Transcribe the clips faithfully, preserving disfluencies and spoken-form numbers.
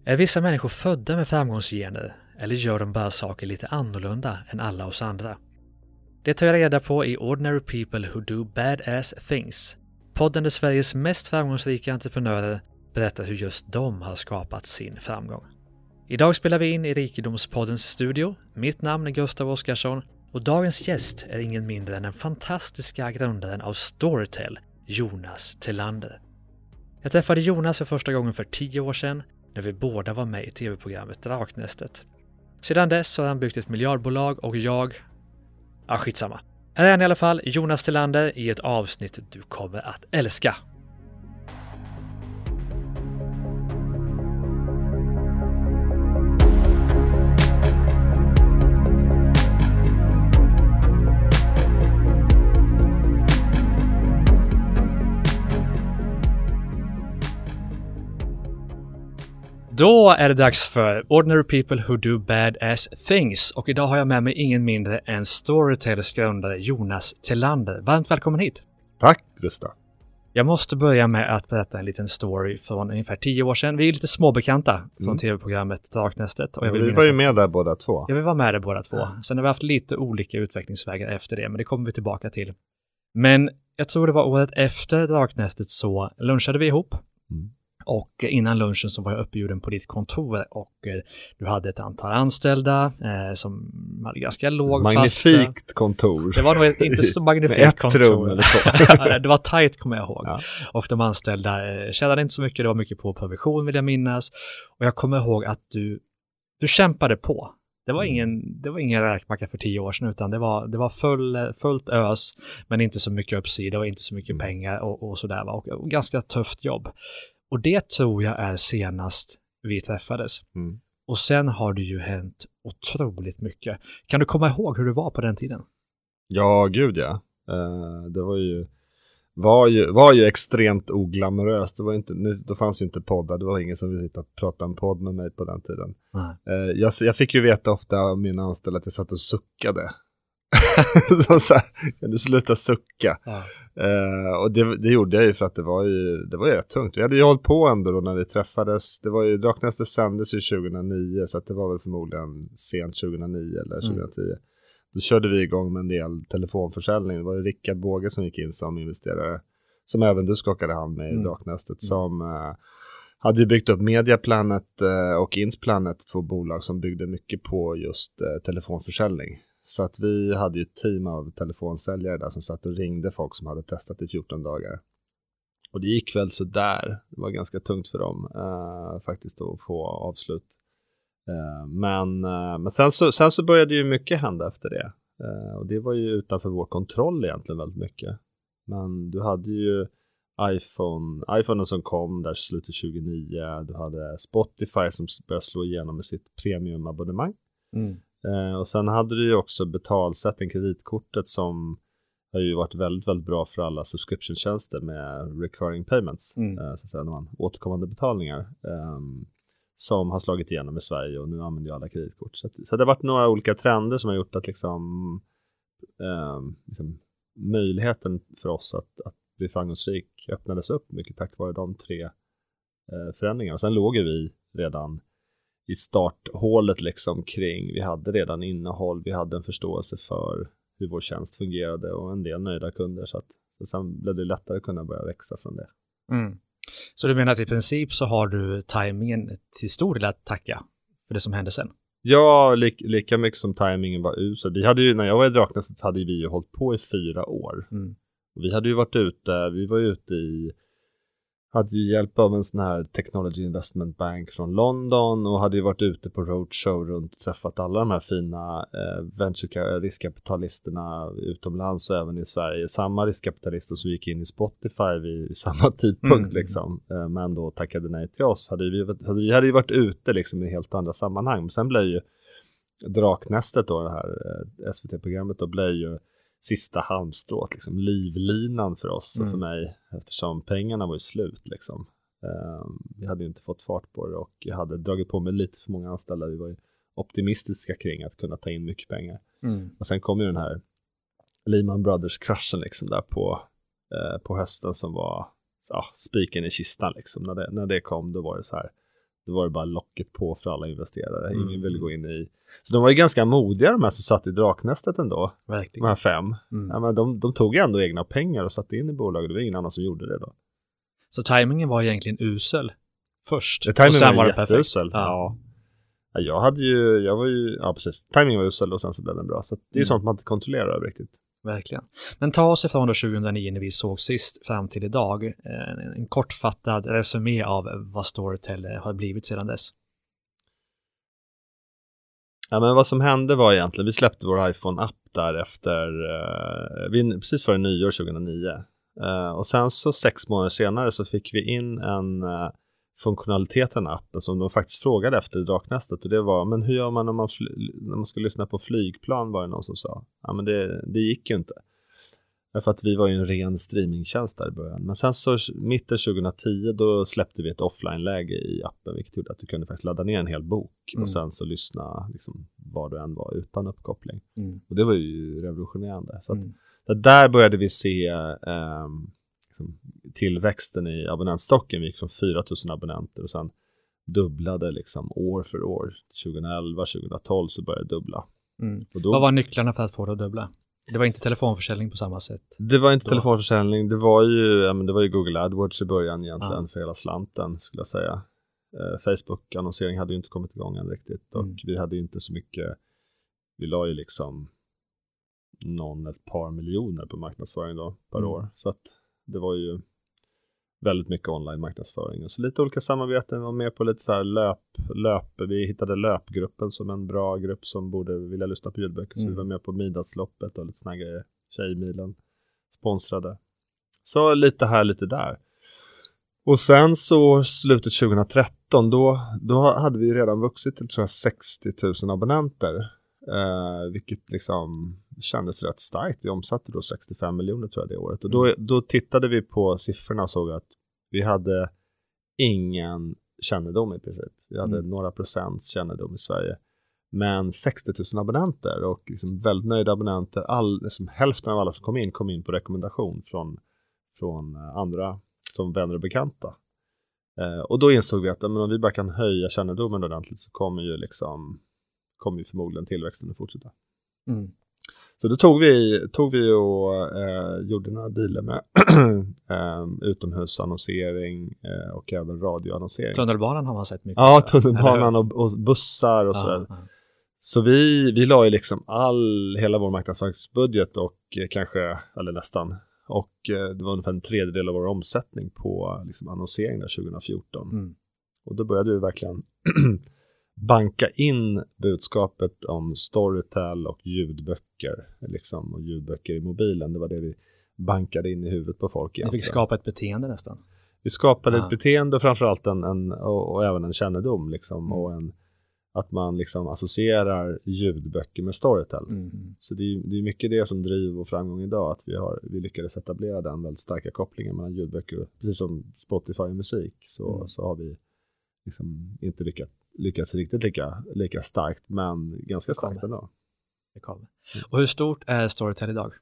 Är vissa människor födda med framgångsgener eller gör de bara saker lite annorlunda än alla oss andra? Det tar jag reda på i Ordinary People Who Do Badass Things. Podden där Sveriges mest framgångsrika entreprenörer berättar hur just de har skapat sin framgång. Idag spelar vi in i Rikedomspoddens studio. Mitt namn är Gustav Oskarsson och dagens gäst är ingen mindre än den fantastiska grundaren av Storytel, Jonas Thelander. Jag träffade Jonas för första gången för tio år sedan när vi båda var med i tv-programmet Draknästet. Sedan dess har han byggt ett miljardbolag och jag... Ja, skitsamma. Här är han i alla fall, Jonas Thelander, i ett avsnitt du kommer att älska. Då är det dags för Ordinary People Who Do Badass Things och idag har jag med mig ingen mindre än Storytels grundare Jonas Thelander. Varmt välkommen hit! Tack Gustav! Jag måste börja med att berätta en liten story från ungefär tio år sedan. Vi är lite småbekanta från mm. tv-programmet Draknästet. Och jag vill vi var ju med där båda två. Ja, vi var med där båda två. Ja. Sen har vi haft lite olika utvecklingsvägar efter det, men det kommer vi tillbaka till. Men jag tror det var året efter Draknästet så lunchade vi ihop. Mm. Och innan lunchen så var jag uppbjuden på ditt kontor och eh, du hade ett antal anställda eh, som hade ganska låg magnifikt fasta. kontor. Det var nog ett, inte så magnifikt ett kontor. Rum eller det var tajt kommer jag ihåg. Ja. Och de anställda eh, tjänade inte så mycket, det var mycket på provision vill jag minnas. Och jag kommer ihåg att du, du kämpade på. Det var ingen, det var ingen räkmacka för tio år sedan utan det var, det var full, fullt ös men inte så mycket uppsida och inte så mycket pengar och, och sådär. Och, och ganska tufft jobb. Och det tror jag är senast vi träffades. Mm. Och sen har det ju hänt otroligt mycket. Kan du komma ihåg hur det var på den tiden? Ja, gud ja. Uh, det var ju, var ju var ju extremt oglamoröst. Det var inte, nu, då fanns ju inte poddar. Det var ingen som ville sitta och prata en podd med mig på den tiden. Uh, jag, jag fick ju veta ofta av mina anställda att jag satt och suckade. Så så här, kan du sluta sucka? Ja. Uh, och det, det gjorde jag ju för att det var ju, det var ju rätt tungt. Vi hade ju hållit på ändå då när vi träffades. Det var ju, Draknästet sändes ju tjugohundranio så att det var väl förmodligen sent tjugohundranio eller tjugohundratio. Mm. Då körde vi igång med en del telefonförsäljning. Det var ju Rickard Båge som gick in som investerare. Som även du skakade hand med i mm. Draknästet. Mm. Som uh, hade ju byggt upp Mediaplanet uh, och Insplanet, två bolag som byggde mycket på just uh, telefonförsäljning. Så att vi hade ju ett team av telefonsäljare där som satt och ringde folk som hade testat i fjorton dagar. Och det gick väl så där. Det var ganska tungt för dem uh, faktiskt att få avslut. Uh, men uh, men sen, så, sen så började ju mycket hända efter det. Uh, och det var ju utanför vår kontroll egentligen väldigt mycket. Men du hade ju iPhone, iPhone som kom där slutet tjugonio. Du hade Spotify som började slå igenom med sitt premiumabonnemang. Mm. Uh, och sen hade du ju också betalsätten, kreditkortet som har ju varit väldigt, väldigt bra för alla subscription-tjänster med recurring payments, mm. uh, så att säga, när man återkommande betalningar um, som har slagit igenom i Sverige och nu använder ju alla kreditkort. Så, att, så det har varit några olika trender som har gjort att liksom, um, liksom möjligheten för oss att, att bli framgångsrik öppnades upp mycket tack vare de tre uh, förändringarna. Och sen låg vi redan i starthålet liksom kring, vi hade redan innehåll, vi hade en förståelse för hur vår tjänst fungerade och en del nöjda kunder så att så sen blev det lättare att kunna börja växa från det. Mm. Så du menar att i princip så har du tajmingen till stor del att tacka för det som hände sen? Ja, li- lika mycket som tajmingen var usel. Vi hade ju, när jag var i Draknästet hade vi ju hållit på i fyra år. Mm. Och vi hade ju varit ute, vi var ute i hade ju hjälp av en sån här Technology Investment Bank från London och hade ju varit ute på roadshow runt och träffat alla de här fina eh, venture-riskkapitalisterna utomlands och även i Sverige. Samma riskkapitalister som gick in i Spotify vid, vid samma tidpunkt mm. liksom, eh, men då tackade nej till oss. Hade vi, hade, vi hade ju varit ute liksom i helt andra sammanhang. Men sen blev ju Draknästet då, det här eh, S V T-programmet då, blev ju sista halmstrået, liksom livlinan för oss mm. och för mig, eftersom pengarna var ju slut liksom. Um, vi hade ju inte fått fart på det och jag hade dragit på mig lite för många anställda. Vi var ju optimistiska kring att kunna ta in mycket pengar. Mm. Och sen kom ju den här Lehman Brothers-kraschen liksom där på, eh, på hösten som var ja, spiken i kistan liksom. När det, när det kom då var det så här, Då var det bara locket på för alla investerare. Mm. Ingen ville gå in i... Så de var ju ganska modiga de här som satt i Draknästet ändå. Verkligen. De här fem. Mm. Ja, men de, de tog ju ändå egna pengar och satte in i bolaget. Det var ingen annan som gjorde det då. Så timingen var egentligen usel först. Det, timingen och sen var, var det jätteusel. perfekt. Ja. Ja. Jag hade ju... Jag var ju... Ja, precis. Timingen var usel och sen så blev den bra. Så det är ju mm. sånt man inte kontrollerar riktigt. Verkligen. Men ta oss ifrån då tjugohundranio när vi såg sist fram till idag. En, en kortfattad resumé av vad Storytel har blivit sedan dess. Ja, men vad som hände var egentligen, vi släppte vår iPhone-app där efter, eh, vi, precis före nyår tjugohundranio. Eh, och sen så sex månader senare så fick vi in en eh, funktionalitet i den appen som de faktiskt frågade efter i Draknästet. Och det var, men hur gör man när man, fly, när man ska lyssna på flygplan, var det någon som sa. Ja, men det, det gick ju inte. Därför att vi var ju en ren streamingtjänst där i början. Men sen så mitten tjugohundratio då släppte vi ett offline-läge i appen, vilket gjorde att du kunde faktiskt ladda ner en hel bok mm. och sen så lyssna liksom, var du än var utan uppkoppling. Mm. Och det var ju revolutionerande. Så att, mm. så där började vi se eh, liksom, tillväxten i abonnentstocken. Vi gick från fyra tusen abonnenter och sen dubblade liksom, år för år. tjugoelva tjugotolv så började det dubbla. Mm. Och då, vad var nycklarna för att få det att dubbla? Det var inte telefonförsäljning på samma sätt. Det var inte då. telefonförsäljning. Det var ju, ja, men det var ju Google AdWords i början egentligen ah. för hela slanten skulle jag säga. Eh, Facebook-annonsering hade ju inte kommit igång än riktigt. Och mm. vi hade ju inte så mycket. Vi la ju liksom någon ett par miljoner på marknadsföring då per mm. år. Så att det var ju väldigt mycket online marknadsföring. Och så lite olika samarbeten. Vi var med på lite så här löp, löp. Vi hittade löpgruppen som en bra grupp som borde vilja lyssna på ljudböcker. Mm. Så vi var med på middagsloppet och lite såna grejer. Tjejmilen sponsrade. Så lite här, lite där. Och sen så slutet tjugohundratretton då, då hade vi redan vuxit till tror jag sextio tusen abonnenter. Eh, vilket liksom kändes rätt starkt. Vi omsatte då sextiofem miljoner tror jag det året. Och då, då tittade vi på siffrorna och såg att vi hade ingen kännedom i princip. Vi hade mm. några procents kännedom i Sverige. Men sextio tusen abonnenter och liksom väldigt nöjda abonnenter. All, liksom hälften av alla som kom in kom in på rekommendation från, från andra som vänner och bekanta. Eh, och då insåg vi att men om vi bara kan höja kännedomen ordentligt så kommer ju liksom kommer ju förmodligen tillväxten att fortsätta. Mm. Så då tog vi, tog vi och eh, gjorde några dealer med eh, utomhusannonsering eh, och även radioannonsering. Tunnelbanan har man sett mycket. Ja, tunnelbanan och, och bussar och ja, sådär. Ja. Så vi, vi la ju liksom all, hela vår marknadsföringsbudget och eh, kanske, eller nästan, och eh, det var ungefär en tredjedel av vår omsättning på liksom, annonsering där tjugohundrafjorton. Mm. Och då började vi verkligen banka in budskapet om Storytel och ljudböcker liksom, och ljudböcker i mobilen. Det var det vi bankade in i huvudet på folk. Vi fick skapa ett beteende nästan. Vi skapade ah. ett beteende och framförallt en, en, och, och även en kännedom liksom, mm. och en, att man liksom associerar ljudböcker med Storytel. Mm. Så det är, det är mycket det som driver vår framgång idag, att vi, har, vi lyckades etablera den väldigt starka kopplingen mellan ljudböcker, precis som Spotify och musik så, mm. så har vi liksom inte lyckats lyckats riktigt lika, lika starkt, men ganska starkt ändå. Det kommer. Och hur stort är Storytel idag?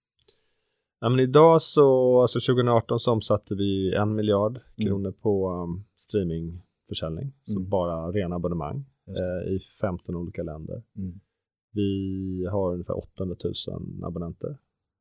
Ja, men idag så, alltså tjugoarton så omsatte vi en miljard mm. kronor på um, streamingförsäljning. Mm. Så bara rena abonnemang eh, i femton olika länder. Mm. Vi har ungefär åttahundratusen abonnenter.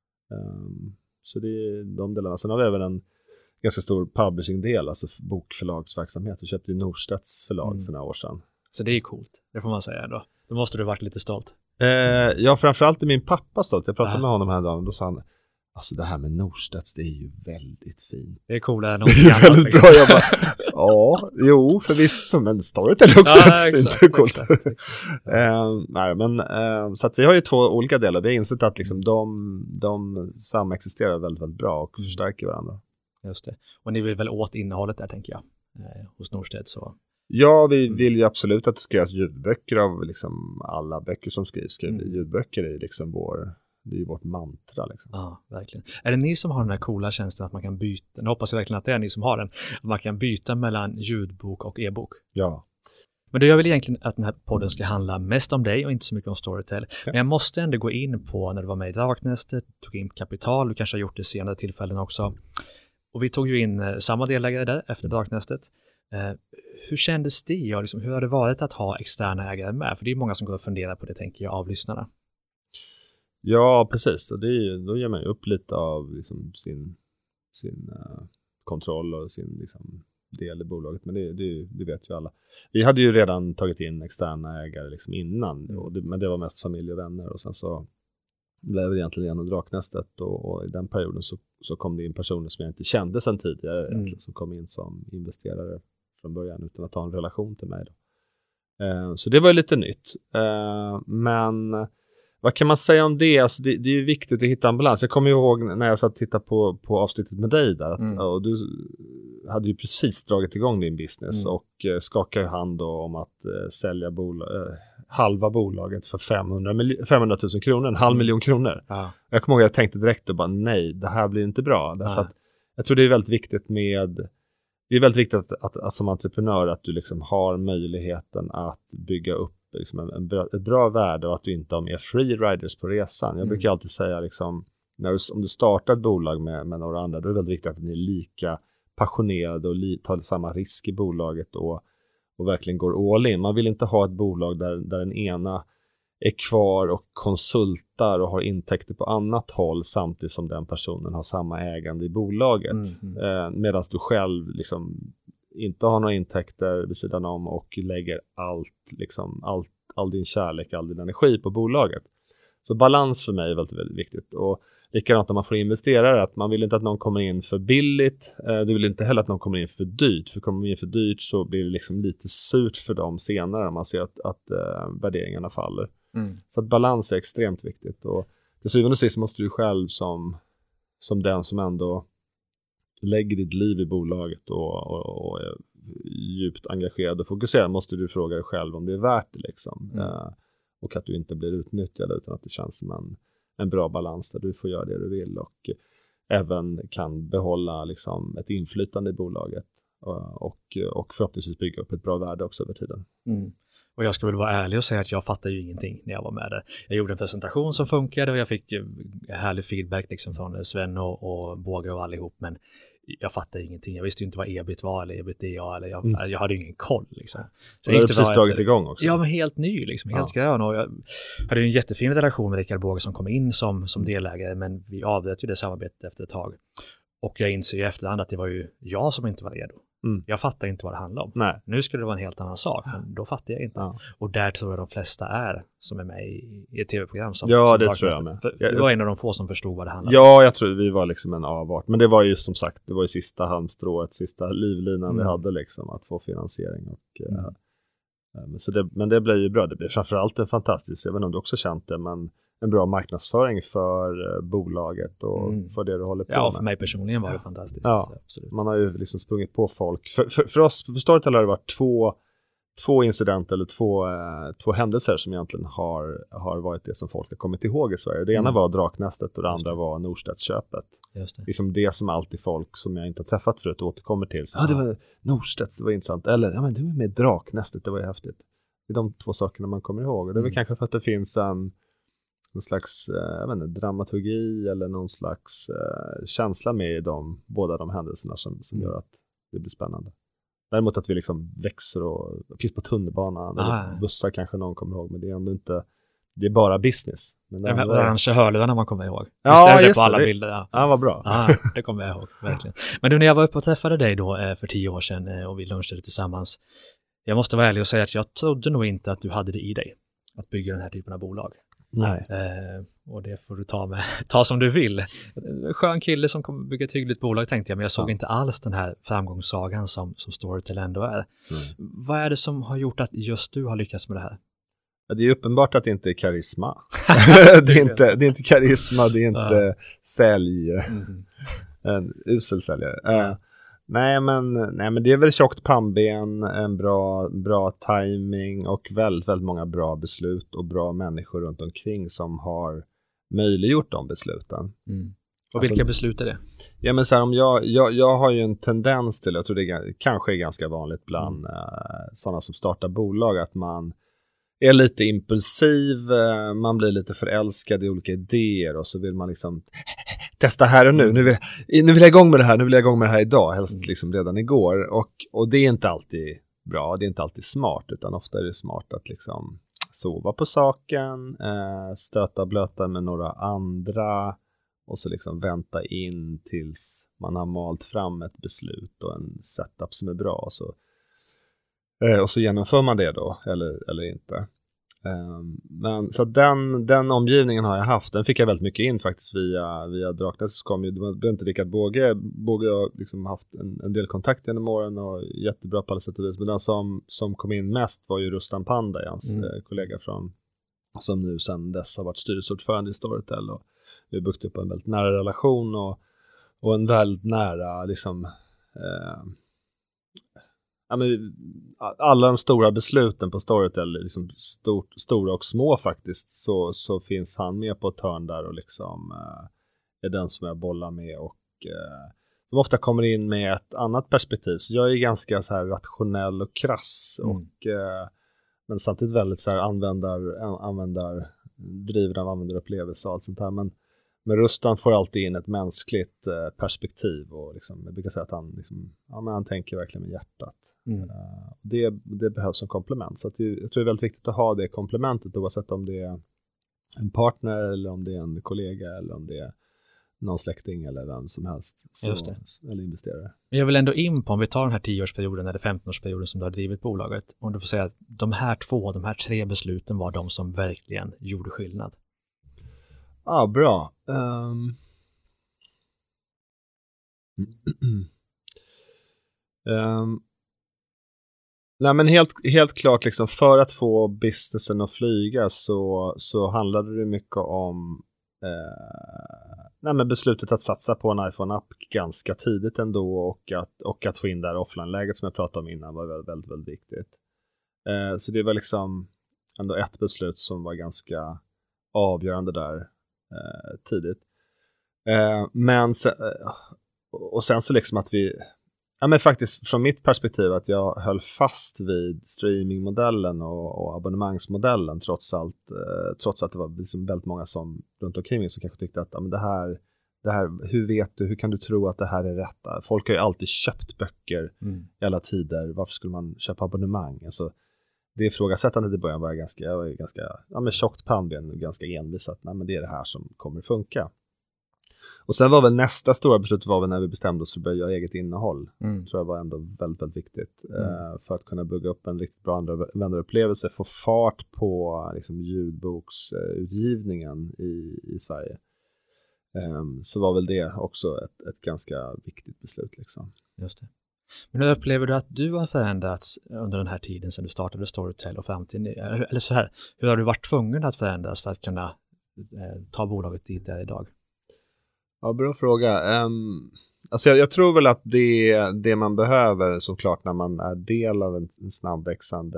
Um, så det är de delarna. Sen har vi även en ganska stor publishing-del, alltså bokförlagsverksamhet. Vi köpte ju Norstedts förlag mm. för några år sedan. Så det är coolt, det får man säga ändå. Då måste du varit lite stolt. Eh, ja, framförallt är min pappa stolt. Jag pratade äh. med honom här dagen och då sa han, alltså det här med Norstedts, det är ju väldigt fint. Det är coolare än någonting annat. Väldigt bra, jag bara, ja, jo, förvisso, men Storytel är också ja, rätt exakt, fint. Coolt. Exakt, exakt. eh, nej, men, eh, så att vi har ju två olika delar. Vi har insett att liksom, de, de samexisterar väldigt, väldigt bra och förstärker varandra. Just det. Och ni vill väl åt innehållet där, tänker jag, eh, hos Norstedts så. Ja, vi vill ju absolut att det ska göras ljudböcker av liksom alla böcker som skrivs. Skriver mm. ljudböcker är liksom vår, det är ju vårt mantra liksom. Ja, verkligen. Är det ni som har den här coola tjänsten att man kan byta, nu hoppas jag verkligen att det är ni som har den, att man kan byta mellan ljudbok och e-bok? Ja. Men då jag vill egentligen att den här podden ska handla mest om dig och inte så mycket om Storytel. Ja. Men jag måste ändå gå in på när du var med i Draknästet, tog in kapital, du kanske har gjort det senare tillfällen också. Och vi tog ju in samma delägare där efter Draknästet. Eh, hur kändes det och liksom, hur har det varit att ha externa ägare med? För det är många som går och funderar på det, tänker jag, av lyssnarna. Ja, precis. Och det är ju, då ger man ju upp lite av liksom sin, sin uh, kontroll och sin liksom, del i bolaget. Men det, det, det vet ju alla. Vi hade ju redan tagit in externa ägare liksom innan. Mm. Och det, men det var mest familj och vänner. Och sen så blev det egentligen genom Draknästet. Och, och i den perioden så, så kom det in personer som jag inte kände sedan tidigare. Mm. Som kom in som investerare från början utan att ha en relation till mig. Då. Uh, så det var ju lite nytt. Uh, men... Vad kan man säga om det? Alltså det, det är ju viktigt att hitta en balans. Jag kommer ihåg när jag satt och tittade på, på avsnittet med dig där. Att, mm. och du hade ju precis dragit igång din business mm. och uh, skakade hand då om att uh, sälja bola, uh, halva bolaget för femhundra tusen kronor, en halv miljon kronor. Ja. Jag kommer ihåg att jag tänkte direkt och bara nej, det här blir inte bra. Därför ja. att jag tror det är väldigt viktigt med... Det är väldigt viktigt att, att, att som entreprenör att du liksom har möjligheten att bygga upp liksom en, en bra, ett bra värde och att du inte har med free riders på resan. Jag mm. brukar alltid säga liksom, när du, om du startar ett bolag med, med några andra, då är det väldigt viktigt att ni är lika passionerade och li, tar samma risk i bolaget och, och verkligen går all in. Man vill inte ha ett bolag där, där den ena är kvar och konsultar och har intäkter på annat håll samtidigt som den personen har samma ägande i bolaget. Mm. Eh, medan du själv liksom inte har några intäkter vid sidan om och lägger allt, liksom, allt, all din kärlek, all din energi på bolaget. Så balans för mig är väldigt, väldigt viktigt. Och likadant när man får investerare, att man vill inte att någon kommer in för billigt. Eh, du vill inte heller att någon kommer in för dyrt. För kommer man in för dyrt så blir det liksom lite surt för dem senare när man ser att, att eh, värderingarna faller. Mm. Så att balans är extremt viktigt. Och till syvende och sist måste du själv som, som den som ändå lägger ditt liv i bolaget och, och, och är djupt engagerad och fokuserad, måste du fråga dig själv om det är värt det liksom. Mm. Eh, och att du inte blir utnyttjad utan att det känns som en, en bra balans där du får göra det du vill och även kan behålla liksom ett inflytande i bolaget och, och, och förhoppningsvis bygga upp ett bra värde också över tiden. Mm. Och jag ska väl vara ärlig och säga att jag fattade ju ingenting när jag var med där. Jag gjorde en presentation som funkade och jag fick härlig feedback liksom från Sven och, och Båge och allihop, men jag fattade ingenting. Jag visste ju inte vad E B I T var eller E B I T D A eller jag, mm. jag hade ju ingen koll liksom. Så jag hade precis dragit igång också. Ja, men helt ny liksom, helt ja. grön. Och jag hade ju en jättefin relation med Rickard Båge som kom in som, som delägare, men vi avbröt ju det samarbetet efter ett tag. Och jag inser i efterhand att det var ju jag som inte var redo. Mm. Jag fattar inte vad det handlar om. Nej. Nu skulle det vara en helt annan sak, men då fattar jag inte. Ja. Och där tror jag de flesta är som är med i, i ett tv-program. Som, ja, som det tror jag med. För jag, du var en av de få som förstod vad det handlade ja, om. Ja, jag tror vi var liksom en avart. Men det var ju som sagt, det var ju sista halmstrået, sista livlinan mm. vi hade liksom, att få finansiering. Och, mm. äh, så det, men det blev ju bra. Det blev framförallt en fantastisk, jag vet inte om du också känt det, men en bra marknadsföring för uh, bolaget och mm. för det du håller på ja, med. Ja, för mig personligen var det fantastiskt. Ja, så, absolut. Man har ju liksom sprungit på folk. För, för, för oss, för Storytel har det varit två, två incidenter eller två, uh, två händelser som egentligen har, har varit det som folk har kommit ihåg i Sverige. Det ena mm. var Draknästet och det andra det. var Norstedts-köpet. Just det. Liksom det som alltid folk som jag inte har träffat förut återkommer till. Ja, ah, det var Norstedts, det var intressant. Eller, ja men det var med Draknästet, det var ju häftigt. Det är de två sakerna man kommer ihåg. Och det är väl mm. kanske för att det finns en någon slags jag vet inte, dramaturgi eller någon slags uh, känsla med i de, båda de händelserna som, som mm. gör att det blir spännande. Däremot att vi liksom växer och finns på tunnelbanan ah. eller bussar kanske någon kommer ihåg, men det är ändå inte, det är bara business. Men det orangea hörlurarna man kommer ihåg. Ja, just på alla det. bilder. Ja, ja vad bra. Ah, det kommer jag ihåg, verkligen. Men du, när jag var uppe och träffade dig då eh, för tio år sedan eh, och vi lunchade tillsammans, jag måste vara ärlig och säga att jag trodde nog inte att du hade det i dig att bygga den här typen av bolag. Nej. Eh, och det får du ta med ta som du vill. Skön kille som kommer bygga ett hyggligt bolag, tänkte jag, men jag såg ja. inte alls den här framgångssagan som, som Storytel ändå är. Mm. Vad är det som har gjort att just du har lyckats med det här? Ja, det är uppenbart att det inte är karisma. det, är inte, det är inte karisma, det är inte ja. sälj. Mm. En usel säljare. Ja. Uh, Nej men, nej men det är väl tjockt pannben, en bra, bra timing och väldigt, väldigt många bra beslut och bra människor runt omkring som har möjliggjort de besluten. Mm. Och vilka alltså, beslut är det? Ja men så här, om jag, jag, jag har ju en tendens till, jag tror det är, kanske är ganska vanligt bland mm. uh, sådana som startar bolag, att man är lite impulsiv, uh, man blir lite förälskad i olika idéer och så vill man liksom testa här och nu. Nu vill, jag, nu vill jag igång med det här, nu vill jag igång med det här idag, helst liksom redan igår. Och, och det är inte alltid bra, det är inte alltid smart, utan ofta är det smart att liksom sova på saken, eh, stöta och blöta med några andra och så liksom vänta in tills man har malt fram ett beslut och en setup som är bra. Så, eh, och så genomför man det då, eller, eller inte. Um, men så den, den omgivningen har jag haft. Den fick jag väldigt mycket in faktiskt via, via Draknäs. Så kom ju, det var inte Rickard Båge. Båge har liksom haft en, en del kontakt genom åren och jättebra på alla sätt och vis. Men den som, som kom in mest var ju Rustam Panda, hans mm. eh, kollega från, som nu sedan dess har varit styrelseordförande i Storytel, och vi har byggt upp en väldigt nära relation och, och en väldigt nära liksom eh, ja, men, alla de stora besluten på Storytel, liksom stort, stora och små faktiskt, så, så finns han med på ett hörn där och liksom eh, är den som jag bollar med, och eh, de ofta kommer in med ett annat perspektiv. Så jag är ganska så här rationell och krass mm. och eh, men samtidigt väldigt så här användar, användar driven av användarupplevelse och allt sånt här. Men Men Rustan får alltid in ett mänskligt eh, perspektiv, och liksom, jag brukar säga att han, liksom, ja, men han tänker verkligen med hjärtat. Mm. Uh, det, det behövs som komplement. Så att det, jag tror det är väldigt viktigt att ha det komplementet, oavsett om det är en partner eller om det är en kollega eller om det är någon släkting eller vem som helst. Så, Just det. Eller investerare. Men jag vill ändå in på, om vi tar den här tioårsperioden eller femtonårsperioden som du har drivit bolaget, om du får säga att de här två, de här tre besluten var de som verkligen gjorde skillnad. Ja, ah, bra. Um... um... Nej, men helt, helt klart liksom, för att få businessen att flyga så, så handlade det mycket om eh, nej, men beslutet att satsa på en iPhone-app ganska tidigt ändå, och att, och att få in det här offline-läget som jag pratade om innan var väldigt, väldigt, väldigt viktigt. Eh, så det var liksom ändå ett beslut som var ganska avgörande där eh, tidigt. Eh, men sen, och sen så liksom att vi, ja men faktiskt från mitt perspektiv att jag höll fast vid streamingmodellen och, och abonnemangsmodellen trots allt, eh, trots att det var liksom väldigt många som runt omkring mig som kanske tyckte att ja, men det här, det här, hur vet du, hur kan du tro att det här är rätt? Folk har ju alltid köpt böcker mm. i alla tider, varför skulle man köpa abonnemang? Alltså, det ifrågasättandet i början var ganska, jag var ganska, ja men tjockt pannben, ganska envisat, nej men det är det här som kommer funka. Och sen var väl nästa stora beslut var väl när vi bestämde oss för att börja göra eget innehåll. Mm. Tror jag var ändå väldigt, väldigt viktigt. Mm. Uh, för att kunna bygga upp en riktigt bra användarupplevelse. Få fart på liksom, ljudboksutgivningen i, i Sverige. Um, så var väl det också ett, ett ganska viktigt beslut. Liksom. Just det. Men hur upplever du att du har förändrats under den här tiden sedan du startade Storytel och fram till, eller så här, hur har du varit tvungen att förändras för att kunna eh, ta bolaget dit där idag? Ja, bra fråga. Um, alltså jag, jag tror väl att det, det man behöver såklart när man är del av en, en snabbväxande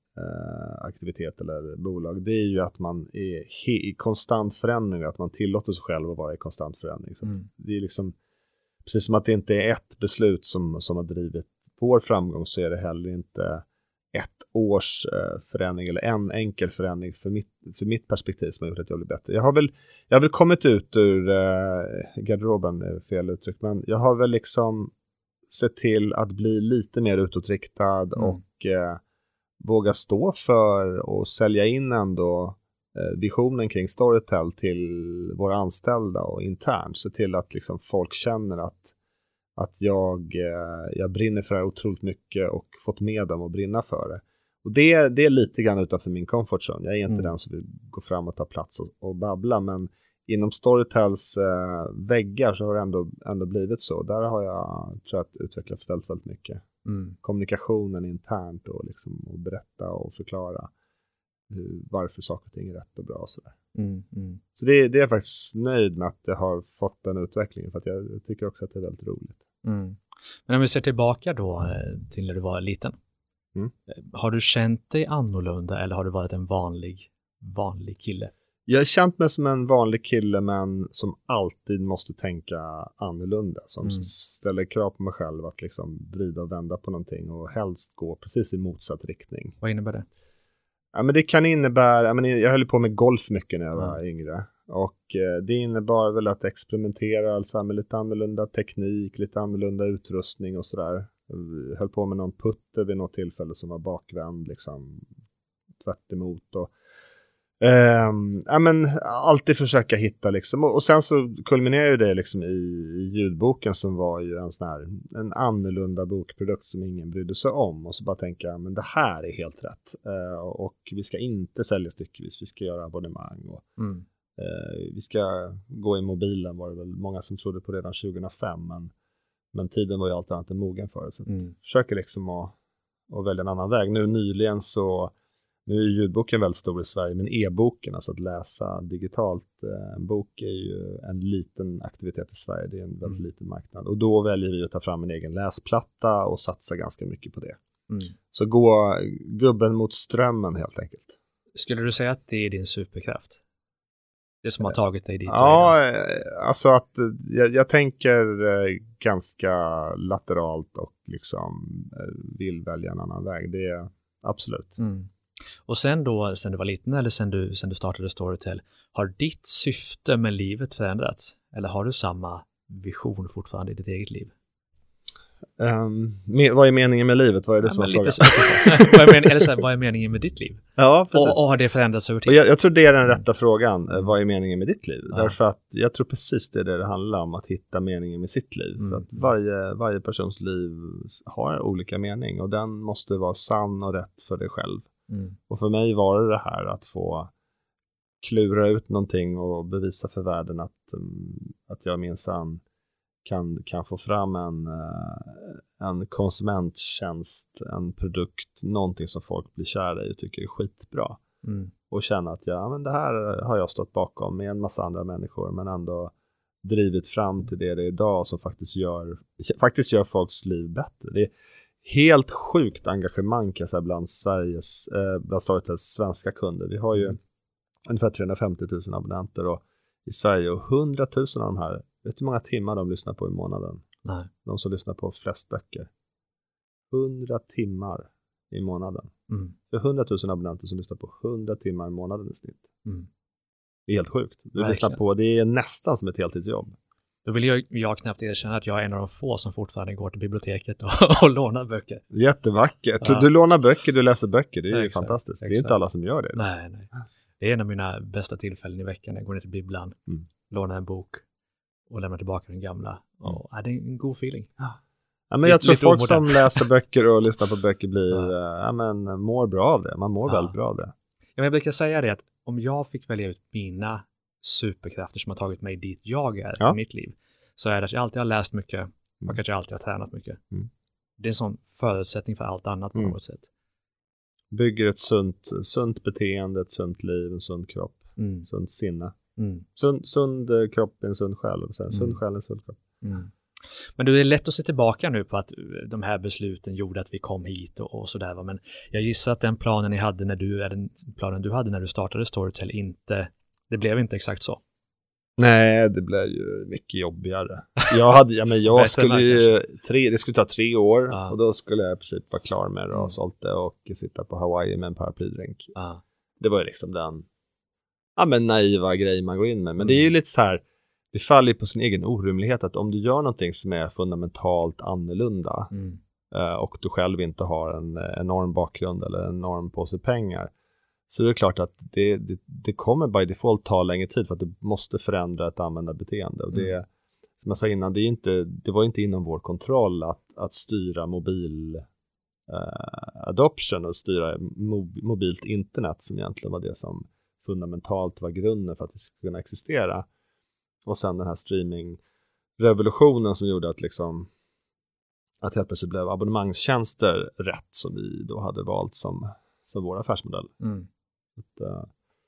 uh, aktivitet eller bolag, det är ju att man är he- i konstant förändring, att man tillåter sig själv att vara i konstant förändring. Så mm. det är liksom, precis som att det inte är ett beslut som, som har drivit vår framgång, så är det heller inte ett års eh, förändring eller en enkel förändring för mitt, för mitt perspektiv som har gjort att jag blir bättre. Jag har väl, jag har väl kommit ut ur eh, garderoben, är fel uttryck, men jag har väl liksom sett till att bli lite mer utåtriktad mm. och eh, våga stå för och sälja in ändå eh, visionen kring Storytel till våra anställda och internt. Se till att liksom folk känner att att jag, jag brinner för det här otroligt mycket och fått med dem att brinna för det. Och det, det är lite grann utanför min comfort zone. Jag är inte mm. den som vill gå fram och ta plats och, och babbla, men inom Storytels eh, väggar så har det ändå, ändå blivit så. Där har jag, tror jag, utvecklats väldigt, väldigt mycket. Mm. Kommunikationen internt och, liksom, och berätta och förklara hur, varför saker och ting är rätt och bra och sådär. Mm, mm. Så det, det är jag faktiskt nöjd med att jag har fått den utvecklingen, för att jag, jag tycker också att det är väldigt roligt. Mm. Men om vi ser tillbaka då till när du var liten. Mm. Har du känt dig annorlunda eller har du varit en vanlig, vanlig kille? Jag har känt mig som en vanlig kille, men som alltid måste tänka annorlunda. Som mm. ställer krav på mig själv att liksom vrida och vända på någonting och helst gå precis i motsatt riktning. Vad innebär det? Ja, men det kan innebära, jag, men, jag höll på med golf mycket när jag var mm. yngre. Och eh, det innebar väl att experimentera alltså med lite annorlunda teknik, lite annorlunda utrustning och sådär. Vi höll på med någon putter vid något tillfälle som var bakvänd liksom tvärt emot och Um, ja, men alltid försöka hitta liksom, och, och sen så kulminerar ju det liksom i, i ljudboken som var ju en sån här en annorlunda bokprodukt som ingen brydde sig om, och så bara tänka, men det här är helt rätt uh, och vi ska inte sälja styckvis, vi ska göra abonnemang och mm. uh, vi ska gå i mobilen, var det väl många som trodde på redan tjugohundrafem, men, men tiden var ju allt annat än mogen för det, så mm. försöker liksom att, att välja en annan väg. Nu nyligen så Nu är ljudboken väldigt stor i Sverige, men e-boken, alltså att läsa digitalt en bok, är ju en liten aktivitet i Sverige. Det är en väldigt mm. liten marknad. Och då väljer vi att ta fram en egen läsplatta och satsa ganska mycket på det. Mm. Så gå gubben mot strömmen helt enkelt. Skulle du säga att det är din superkraft? Det som har tagit dig dit? Ja, alltså att jag, jag tänker ganska lateralt och liksom vill välja en annan väg. Det är absolut. Mm. Och sen då, sen du var liten eller sen du, sen du startade Storytel, har ditt syfte med livet förändrats? Eller har du samma vision fortfarande i ditt eget liv? Um, me- vad är meningen med livet? Vad är det ja, som är frågan? vad, är men- eller så här, vad är meningen med ditt liv? Ja, precis. Och, och har det förändrats över tid? Jag, jag tror det är den rätta frågan. Mm. Vad är meningen med ditt liv? Ja. Därför att jag tror precis det är det det handlar om, att hitta meningen med sitt liv. Mm. För att varje, varje persons liv har olika mening, och den måste vara sann och rätt för dig själv. Mm. Och för mig var det det här att få klura ut någonting och bevisa för världen att, um, att jag minsann kan, kan få fram en, uh, en konsumenttjänst, en produkt, någonting som folk blir kära i och tycker är skitbra. Mm. Och känna att ja, men det här har jag stått bakom med en massa andra människor, men ändå drivit fram till det det är idag, som faktiskt gör, faktiskt gör folks liv bättre. Det är helt sjukt engagemang kan jag säga bland Sveriges, eh, bland Storytels svenska kunder. Vi har ju mm. ungefär trehundrafemtio tusen abonnenter och, i Sverige, och hundratusen av de här, vet du hur många timmar de lyssnar på i månaden? Nej. De som lyssnar på flest böcker. hundra timmar i månaden. Mm. Det är hundratusen abonnenter som lyssnar på hundra timmar i månaden i snitt. Mm. Det är helt sjukt. Du lyssnar på, det är nästan som ett heltidsjobb. Då vill jag, jag knappt erkänna att jag är en av de få som fortfarande går till biblioteket och, och lånar böcker. Jättevackert. Ja. Du lånar böcker, du läser böcker. Det är ja, ju exakt, fantastiskt. Exakt. Det är inte alla som gör det. Nej, nej. Det är en av mina bästa tillfällen i veckan. Jag går ner till bibblan, mm. lånar en bok och lämnar tillbaka den gamla. Mm. Och, ja, det är en god feeling. Ja. Ja, men jag lite, tror folk omodern. Som läser böcker och lyssnar på böcker blir, ja. Ja, men, mår bra av det. Man mår ja. väldigt bra av det. Ja, men jag brukar säga det att om jag fick välja ut mina superkrafter som har tagit mig dit jag är ja. i mitt liv, så är det att jag alltid har läst mycket och mm. att jag alltid har tränat mycket. Mm. Det är en sån förutsättning för allt annat på mm. något sätt. Bygger ett sunt, sunt beteende, ett sunt liv, en sund kropp, mm. sunt sinne. Mm. Sund, sund kropp, en sund själ. En sund mm. själ, en sund kropp. Mm. Men det är lätt att se tillbaka nu på att de här besluten gjorde att vi kom hit och, och sådär. Men jag gissar att den planen ni hade när du, den planen du hade när du startade Storytel inte, det blev inte exakt så. Nej, det blev ju mycket jobbigare. Jag hade, ja, men jag skulle ju, tre, det skulle ta tre år ja. och då skulle jag i princip vara klar med det och mm. sålt det och sitta på Hawaii med en paraplydrink. Ja. Det var ju liksom den, ja, men naiva grej man går in med. Men mm. det är ju lite så här, det faller på sin egen orimlighet att om du gör någonting som är fundamentalt annorlunda mm. och du själv inte har en enorm bakgrund eller en enorm påse pengar, så det är klart att det, det, det kommer by default ta längre tid för att du måste förändra ett användarbeteende. Och det, mm. som jag sa innan, det, är inte, det var inte inom vår kontroll att, att styra mobil eh, adoption och styra mob, mobilt internet, som egentligen var det som fundamentalt var grunden för att vi skulle kunna existera. Och sen den här streaming-revolutionen som gjorde att liksom att helt plötsligt blev abonnemangstjänster rätt, som vi då hade valt som, som vår affärsmodell. Mm. Att, uh,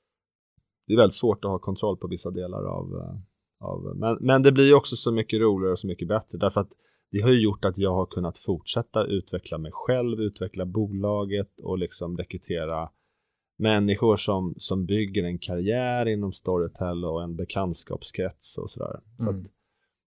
det är väldigt svårt att ha kontroll på vissa delar av, uh, av men, men det blir ju också så mycket roligare och så mycket bättre, därför att det har ju gjort att jag har kunnat fortsätta utveckla mig själv, utveckla bolaget och liksom rekrytera människor som, som bygger en karriär inom Storytel och en bekantskapskrets och sådär. Så mm. att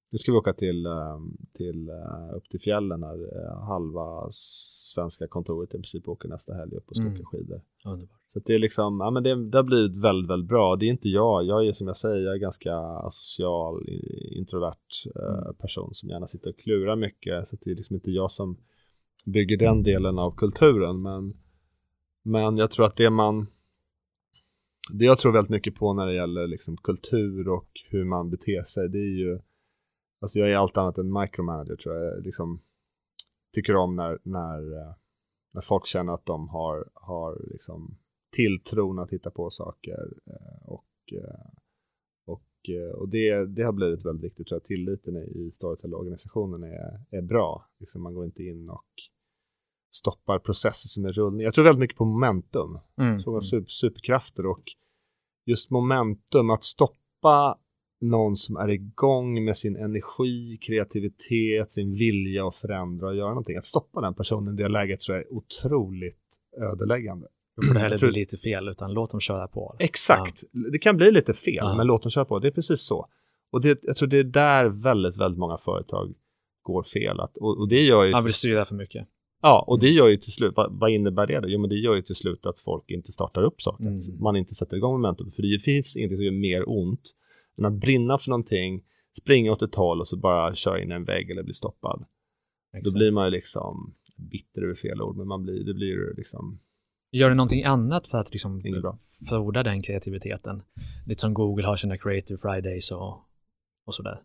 Nu ska vi åka till, till upp till fjällen när halva svenska kontoret i princip åker nästa helg upp och ska mm. åka skidor. Underbar. Så det är liksom, ja men det, det har blivit väldigt, väldigt bra. Det är inte jag, jag är som jag säger, jag är ganska social, introvert mm. person som gärna sitter och klurar mycket. Så det är liksom inte jag som bygger den delen av kulturen. Men, men jag tror att det man, det jag tror väldigt mycket på när det gäller liksom kultur och hur man beter sig, det är ju, alltså jag är allt annat än micromanager tror jag. Jag liksom tycker om när, när, när folk känner att de har, har liksom tilltron att hitta på saker. Och, och, och det, det har blivit väldigt viktigt tror jag. Tilliten i Storytel-organisationen är, är bra. Liksom man går inte in och stoppar processer som är rullning. Jag tror väldigt mycket på momentum. Mm. Frågan super, superkrafter och just momentum, att stoppa någon som är igång med sin energi, kreativitet, sin vilja att förändra och göra någonting. Att stoppa den personen i det läget tror jag är otroligt ödeläggande. Då får det heller bli lite fel, utan låt dem köra på. Exakt. Ja. Det kan bli lite fel, ja. Men låt dem köra på. Det är precis så. Och det, jag tror det är där väldigt, väldigt många företag går fel. Att, och, och det gör ju Man vill styra för mycket. Ja, och det gör ju till slut, vad, vad innebär det då? Jo, men det gör ju till slut att folk inte startar upp saker. Mm. Man inte sätter igång momentum. För det finns ingenting som gör mer ont än att brinna för någonting, springa åt ett håll och så bara köra in en vägg eller bli stoppad. Exakt. Då blir man ju liksom, bitter över fel ord, men man blir, det blir liksom... Gör du någonting annat för att liksom froda den kreativiteten? Lite som Google har sina Creative Fridays och, och sådär.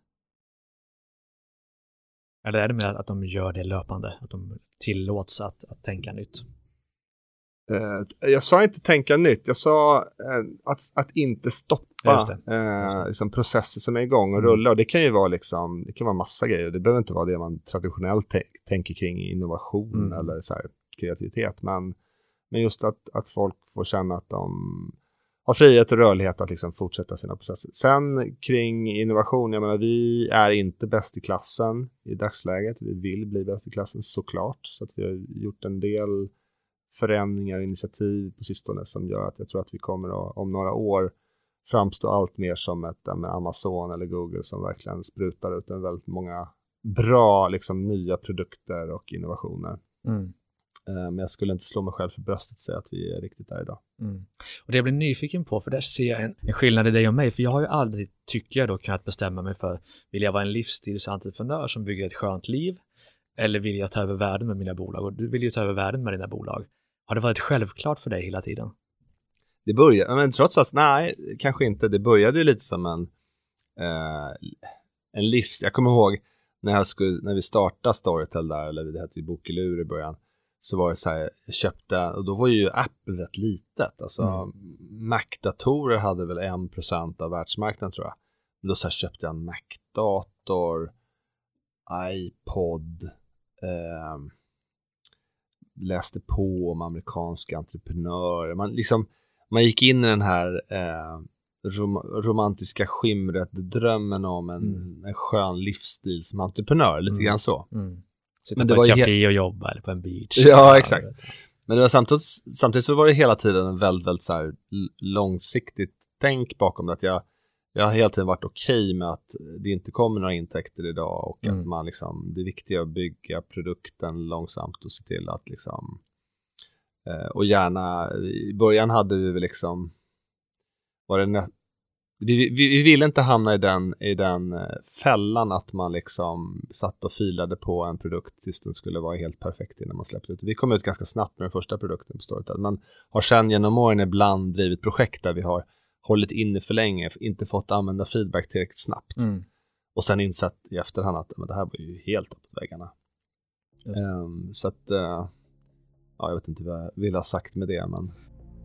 Eller är det med att de gör det löpande? Att de tillåts att, att tänka nytt? Uh, jag sa inte tänka nytt. Jag sa uh, att, att inte stoppa Just det. Just det. Uh, liksom processer som är igång och mm. rullar. Och det kan ju vara liksom, det kan vara massa grejer. Det behöver inte vara det man traditionellt t- tänker kring innovation mm. eller så här, kreativitet. Men, men just att, att folk får känna att de har frihet och rörlighet att liksom fortsätta sina processer. Sen kring innovation, jag menar vi är inte bäst i klassen i dagsläget. Vi vill bli bäst i klassen såklart. Så att vi har gjort en del förändringar och initiativ på sistone som gör att jag tror att vi kommer att, om några år framstå allt mer som ett med Amazon eller Google som verkligen sprutar ut en väldigt många bra liksom, nya produkter och innovationer. Mm. Men jag skulle inte slå mig själv för bröstet och säga att vi är riktigt där idag. Mm. Och det jag blir nyfiken på, för där ser jag en, en skillnad i dig och mig, för jag har ju aldrig, tycker jag då, kunnat bestämma mig för, vill jag vara en livsstilsentreprenör som bygger ett skönt liv, eller vill jag ta över världen med mina bolag? Och du vill ju ta över världen med dina bolag. Har det varit självklart för dig hela tiden? Det började, men trots att, nej, kanske inte. Det började ju lite som en eh, en livs... Jag kommer ihåg när, jag skulle, när vi startade Storytel där, eller det hette ju Bokelur i början, så var det så här, jag köpte, och då var ju Apple rätt litet. Alltså mm. Mac-datorer hade väl en procent av världsmarknaden tror jag. Men då så här, köpte jag en Mac-dator, iPod, eh, läste på om amerikanska entreprenörer. Man, liksom, man gick in i den här eh, rom, romantiska skimret, drömmen om en, mm. en skön livsstil som entreprenör, lite mm. grann så. Mm. Sitta Men det på var ett café he- och jobba eller på en beach. Ja, exakt. Men det var samtidigt, samtidigt så var det hela tiden en väldigt, väldigt så här långsiktigt tänk bakom det. Att jag, jag har hela tiden varit okej okay med att det inte kommer några intäkter idag och mm. att man liksom, det är viktigt att bygga produkten långsamt och se till att liksom eh, och gärna, i början hade vi väl liksom var det nä- vi, vi, vi ville inte hamna i den, i den fällan att man liksom satt och filade på en produkt tills den skulle vara helt perfekt innan man släppte ut. Vi kom ut ganska snabbt med den första produkten på Storytel. Man har sedan genom åren ibland drivit projekt där vi har hållit inne för länge, inte fått använda feedback tillräckligt snabbt. Mm. Och sen insett i efterhand att men det här var ju helt uppåt väggarna. Um, så att, uh, ja, jag vet inte vad jag vill ha sagt med det, men...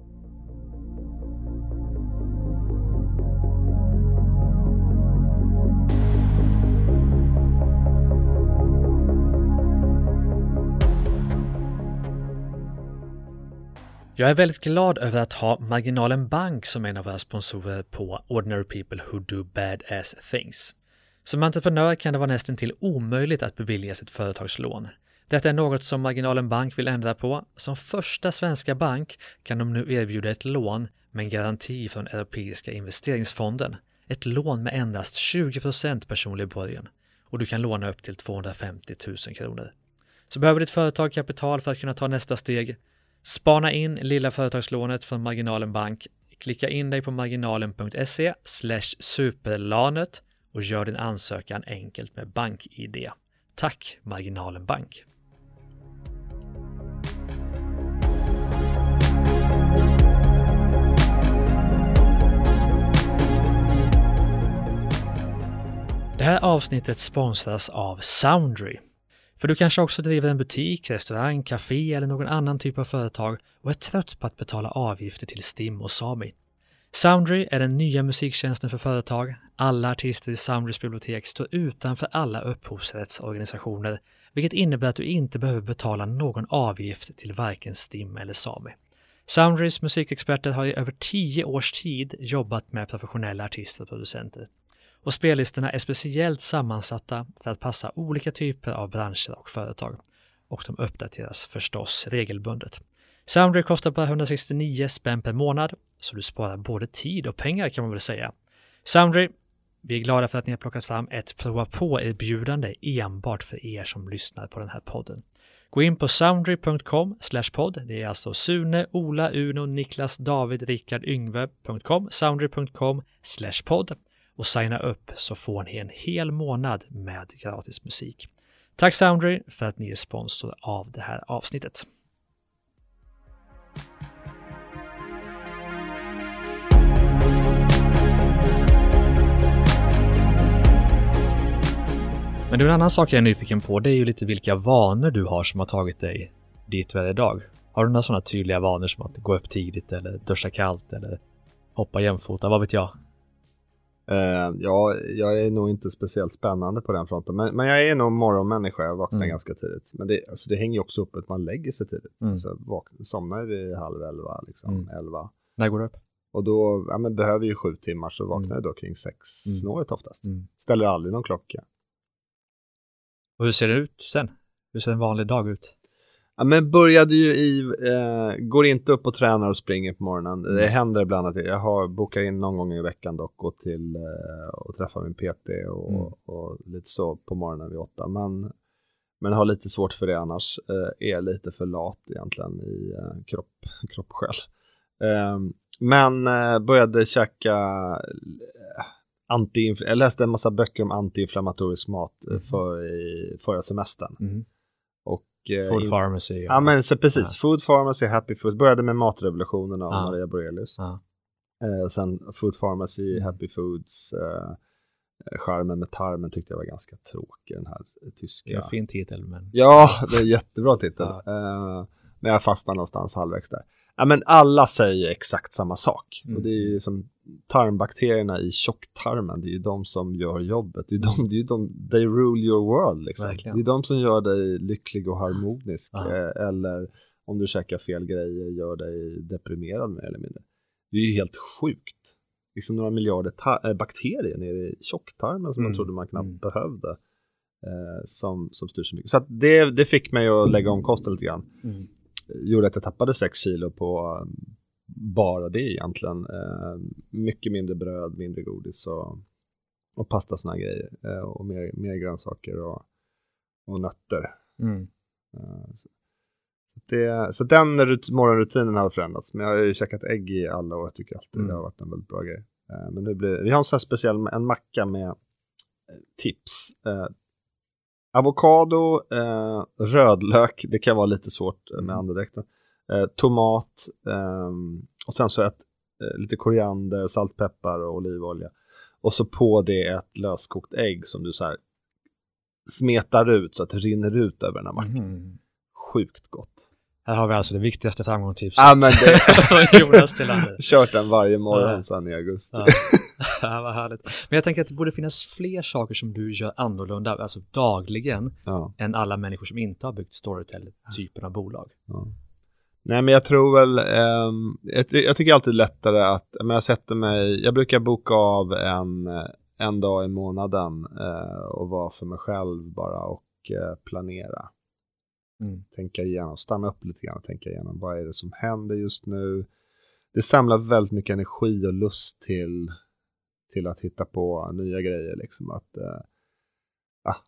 Jag är väldigt glad över att ha Marginalen Bank som en av våra sponsorer på Ordinary People Who Do Badass Things. Som entreprenör kan det vara nästan till omöjligt att beviljas ett företagslån. Detta är något som Marginalen Bank vill ändra på. Som första svenska bank kan de nu erbjuda ett lån med en garanti från Europeiska investeringsfonden. Ett lån med endast tjugo procent personlig borgen. och du kan låna upp till tvåhundrafemtio tusen kronor. Så behöver ditt företag kapital för att kunna ta nästa steg? Spana in lilla företagslånet från Marginalen Bank. Klicka in dig på marginalen.se slash superlanet och gör din ansökan enkelt med BankID. Tack Marginalen Bank! Det här avsnittet sponsras av Soundry. För du kanske också driver en butik, restaurang, café eller någon annan typ av företag och är trött på att betala avgifter till Stim och Sami. Soundry är den nya musiktjänsten för företag. Alla artister i Soundrys bibliotek står utanför alla upphovsrättsorganisationer, vilket innebär att du inte behöver betala någon avgift till varken Stim eller Sami. Soundrys musikexperter har i över tio års tid jobbat med professionella artister och producenter. Och spellistorna är speciellt sammansatta för att passa olika typer av branscher och företag. Och de uppdateras förstås regelbundet. Soundry kostar bara hundrasextionio spänn per månad, så du sparar både tid och pengar kan man väl säga. Soundry, vi är glada för att ni har plockat fram ett prova på-erbjudande enbart för er som lyssnar på den här podden. Gå in på soundry punkt com slash podd. Det är alltså Sune, Ola, Uno, Niklas, David, Rickard, Yngve punkt com, soundry punkt com slash podd. Och signa upp så får ni en hel månad med gratis musik. Tack Soundry för att ni är sponsor av det här avsnittet. Men du, en annan sak jag är nyfiken på, det är ju lite vilka vanor du har som har tagit dig dit du är idag. Har du några sådana tydliga vanor som att gå upp tidigt eller duscha kallt eller hoppa jämfota, vad vet jag? Uh, ja, jag är nog inte speciellt spännande på den fronten. Men, men jag är nog morgonmänniska, jag vaknar mm. ganska tidigt. Men det, alltså, det hänger ju också upp att man lägger sig tidigt. Mm. Så vaknar, somnar vi halv elva, liksom, mm. elva. När går du upp? Och då ja, men behöver ju sju timmar, så vaknar mm. jag då kring sex mm. snåret oftast. Mm. Ställer aldrig någon klocka. Och hur ser det ut sen? Hur ser en vanlig dag ut? Ja, men började ju i, eh, går inte upp och tränar och springer på morgonen. Mm. Det händer ibland att jag har bokat in någon gång i veckan dock, gå till eh, och träffa min P T och, mm. och, och lite så på morgonen vid åtta. Men, men har lite svårt för det annars. Eh, är lite för lat egentligen i eh, kropp, kropp och själ. Eh, men eh, började käka eh, anti jag läste en massa böcker om antiinflammatorisk mat mm. för i förra semestern. Mm. Food Pharmacy. Ja, ja men så precis. Ja. Food Pharmacy, Happy Food. Började med matrevolutionen av ja. Maria Borelius. Ja. Eh, sen Food Pharmacy, mm. Happy Foods. Eh, Charmen med tarmen tyckte jag var ganska tråkig, den här tyska. Det är en fin titel. Men... Ja, det är en jättebra titel. Ja. Eh, men jag fastnar någonstans halvvägs där. Ja, men alla säger exakt samma sak. Mm. Och det är ju som tarmbakterierna i tjocktarmen. Det är ju de som gör jobbet. Det är de, det är de, they rule your world liksom. Verkligen. Det är de som gör dig lycklig och harmonisk. Eh, eller om du käkar fel grejer gör dig deprimerad mer eller mindre. Det är ju helt sjukt. Liksom några miljarder ta- äh, bakterier nere i tjocktarmen som mm. man trodde man knappt mm. behövde. Eh, som, som styr så mycket. Så att det, det fick mig att lägga om kosten lite grann. Mm. Gjorde att jag tappade sex kilo på bara det egentligen. Eh, mycket mindre bröd, mindre godis och, och pasta, såna grejer. Eh, och mer, mer grönsaker och, och nötter. Mm. Eh, så, så, det, så den rut- morgonrutinen har förändrats. Men jag har ju käkat ägg i alla år. Jag tycker alltid mm. det har varit en väldigt bra grej. Eh, men nu blir, vi har en sån här speciell en macka med tips. Eh, Avokado, eh, rödlök, det kan vara lite svårt med mm. andedräkten. Eh, tomat eh, och sen så ett, eh, lite koriander, saltpeppar och olivolja. Och så på det ett löskokt ägg som du så här smetar ut så att det rinner ut över den här mackan. Mm. Sjukt gott. Här har vi alltså det viktigaste framgångstipset. Ja, men det Jonas Tillander. Kört den varje morgon ja. Sen i augusti. Ja. Ja, vad härligt. Men jag tänker att det borde finnas fler saker som du gör annorlunda, alltså dagligen, ja. Än alla människor som inte har byggt Storytel-typen av bolag. Ja. Nej, men jag tror väl, eh, jag, jag tycker alltid lättare att, men jag sätter mig, jag brukar boka av en, en dag i månaden eh, och vara för mig själv bara och eh, planera. Mm. Tänka igenom, stanna upp lite grann och tänka igenom vad är det som händer just nu. Det samlar väldigt mycket energi och lust till till att hitta på nya grejer liksom, att, äh,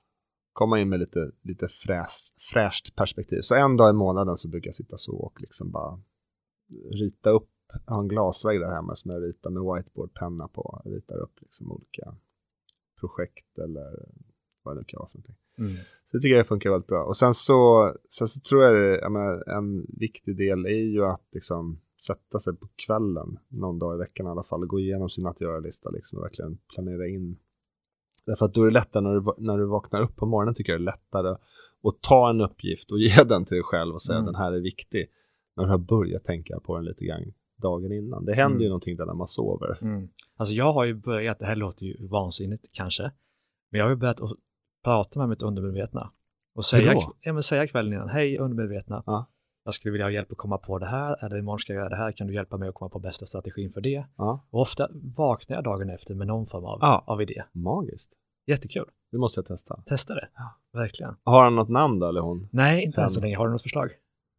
komma in med lite, lite fräs, fräscht perspektiv. Så en dag i månaden så brukar jag sitta så och liksom bara rita upp. Jag har en glasvägg där hemma som jag ritar med whiteboardpenna på. Jag ritar upp liksom olika projekt eller vad det kan vara för någonting. Mm. Så det tycker jag funkar väldigt bra. Och sen så, sen så tror jag, det, jag menar, en viktig del är ju att liksom sätta sig på kvällen någon dag i veckan i alla fall och gå igenom sin att göra-lista liksom, och verkligen planera in. Därför att då är det lättare när du, när du vaknar upp på morgonen, tycker jag det är lättare att ta en uppgift och ge den till dig själv och säga mm. den här är viktig. När du har börjat tänka på den lite grann dagen innan. Det händer mm. ju någonting där när man sover. Mm. Alltså jag har ju börjat, det här låter ju vansinnigt kanske, men jag har ju börjat att prata med mitt undermedvetna och säga, ja, men säga kvällen innan, hej undermedvetna, ja. jag skulle vilja ha hjälp att komma på det här, eller imorgon ska jag göra det här, kan du hjälpa mig att komma på bästa strategin för det? Ja. Och ofta vaknar jag dagen efter med någon form av, ja. av idé. Magiskt. Jättekul. Det måste jag testa. Testa det, ja. verkligen. Har han något namn då, eller hon? Nej, inte än så länge. Har du något förslag?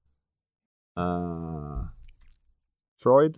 Uh, Freud?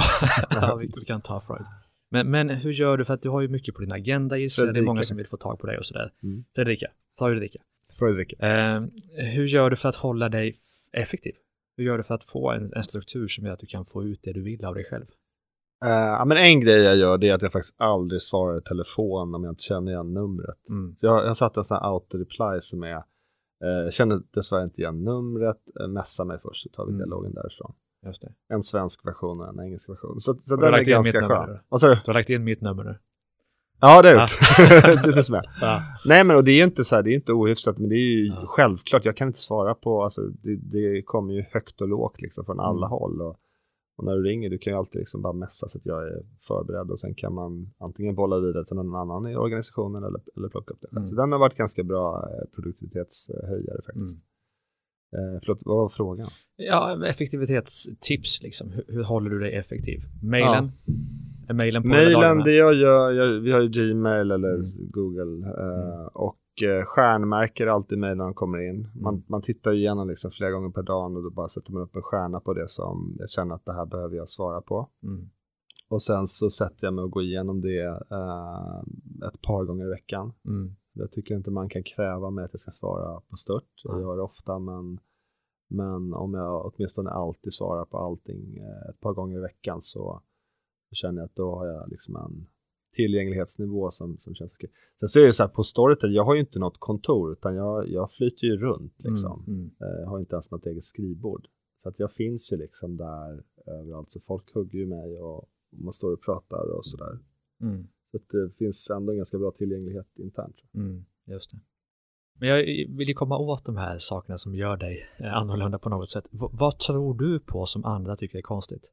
Ja, vi kan ta Freud. Men, men hur gör du, för att du har ju mycket på din agenda i sig, det är många som vill få tag på dig och sådär. Mm. Fredrika, Freudrika. Freudrika. Eh, hur gör du för att hålla dig f- effektiv? Hur gör du för att få en, en struktur som gör att du kan få ut det du vill av dig själv? Uh, ja, men en grej jag gör, det är att jag faktiskt aldrig svarar i telefon om jag inte känner igen numret. Mm. Så jag har satt en sån här auto-reply som är, uh, jag känner dessvärre inte igen numret, uh, messa mig först så tar vi mm. dialogen därifrån. Just det. En svensk version och en engelsk version. Så, så den är ganska skön. Vad sa du? Du har lagt in mitt nummer nu. Ja, det har jag gjort. Du finns med. Ja. Nej, men och det är ju inte så här, det är inte ohyfsat, men det är ju ja. självklart. Jag kan inte svara på, alltså det, det kommer ju högt och lågt liksom från alla mm. håll. Och, och när du ringer, du kan ju alltid liksom bara messa så att jag är förberedd. Och sen kan man antingen bolla vidare till någon annan i organisationen eller, eller plocka upp det. Mm. Så den har varit ganska bra produktivitetshöjare faktiskt. Mm. Eh, förlåt, vad var frågan? Ja, effektivitetstips liksom. Hur, hur håller du dig effektiv? Mailen? Ja. Är mailen på Mailen, det jag gör, jag, vi har ju Gmail eller mm. Google eh, mm. och eh, stjärnmärker alltid mejl när de kommer in. Man, mm. man tittar igenom liksom flera gånger per dag och då bara sätter man upp en stjärna på det som jag känner att det här behöver jag svara på. Mm. Och sen så sätter jag mig och går igenom det eh, ett par gånger i veckan. Mm. Jag tycker inte man kan kräva mig att jag ska svara på stört. Jag gör det ofta, men, men om jag åtminstone alltid svarar på allting eh, ett par gånger i veckan så, så känner jag att då har jag liksom en tillgänglighetsnivå som, som känns okej. Sen så är det så här på Storytel, jag har ju inte något kontor utan jag, jag flyter ju runt liksom. Mm, mm. Jag har inte ens något eget skrivbord. Så att jag finns ju liksom där överallt. Så folk hugger ju mig och man står och pratar och sådär. Mm. Så att det finns ändå en ganska bra tillgänglighet internt. Mm, just det. Men jag vill ju komma åt de här sakerna som gör dig annorlunda på något sätt. V- vad tror du på som andra tycker är konstigt?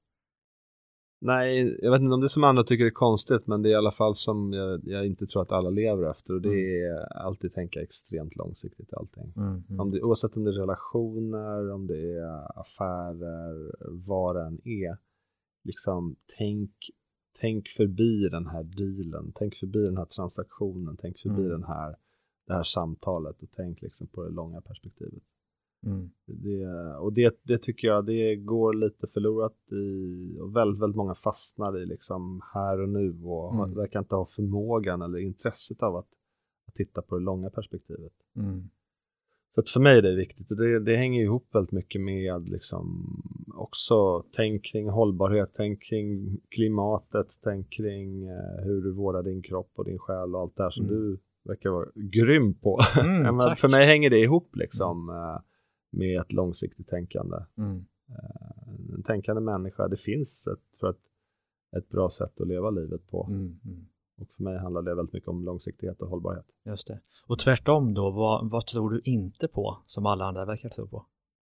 Nej, jag vet inte om det som andra tycker är konstigt, men det är i alla fall som jag, jag inte tror att alla lever efter. Och det mm. är alltid tänka extremt långsiktigt i allting. Mm, mm. Om det, oavsett om det är relationer, om det är affärer, vad det än är. Liksom tänk, tänk förbi den här dealen, tänk förbi den här transaktionen, tänk förbi mm. den här, det här samtalet och tänk liksom på det långa perspektivet. Mm. Det, och det, det tycker jag det går lite förlorat i, och väldigt, väldigt många fastnar i liksom här och nu och mm. verkar inte ha förmågan eller intresset av att, att titta på det långa perspektivet. Mm. Så att för mig är det viktigt och det, det hänger ihop väldigt mycket med liksom också tänk kring hållbarhet, tänk kring klimatet, tänk kring eh, hur du vårdar din kropp och din själ och allt det här som mm. du verkar vara grym på. Mm, men för mig hänger det ihop liksom mm. eh, med ett långsiktigt tänkande. Mm. Eh, en tänkande människa, det finns ett, för ett, ett bra sätt att leva livet på. Mm. Mm. Och för mig handlar det väldigt mycket om långsiktighet och hållbarhet. Just det. Och tvärtom då, vad, vad tror du inte på som alla andra verkar tro på?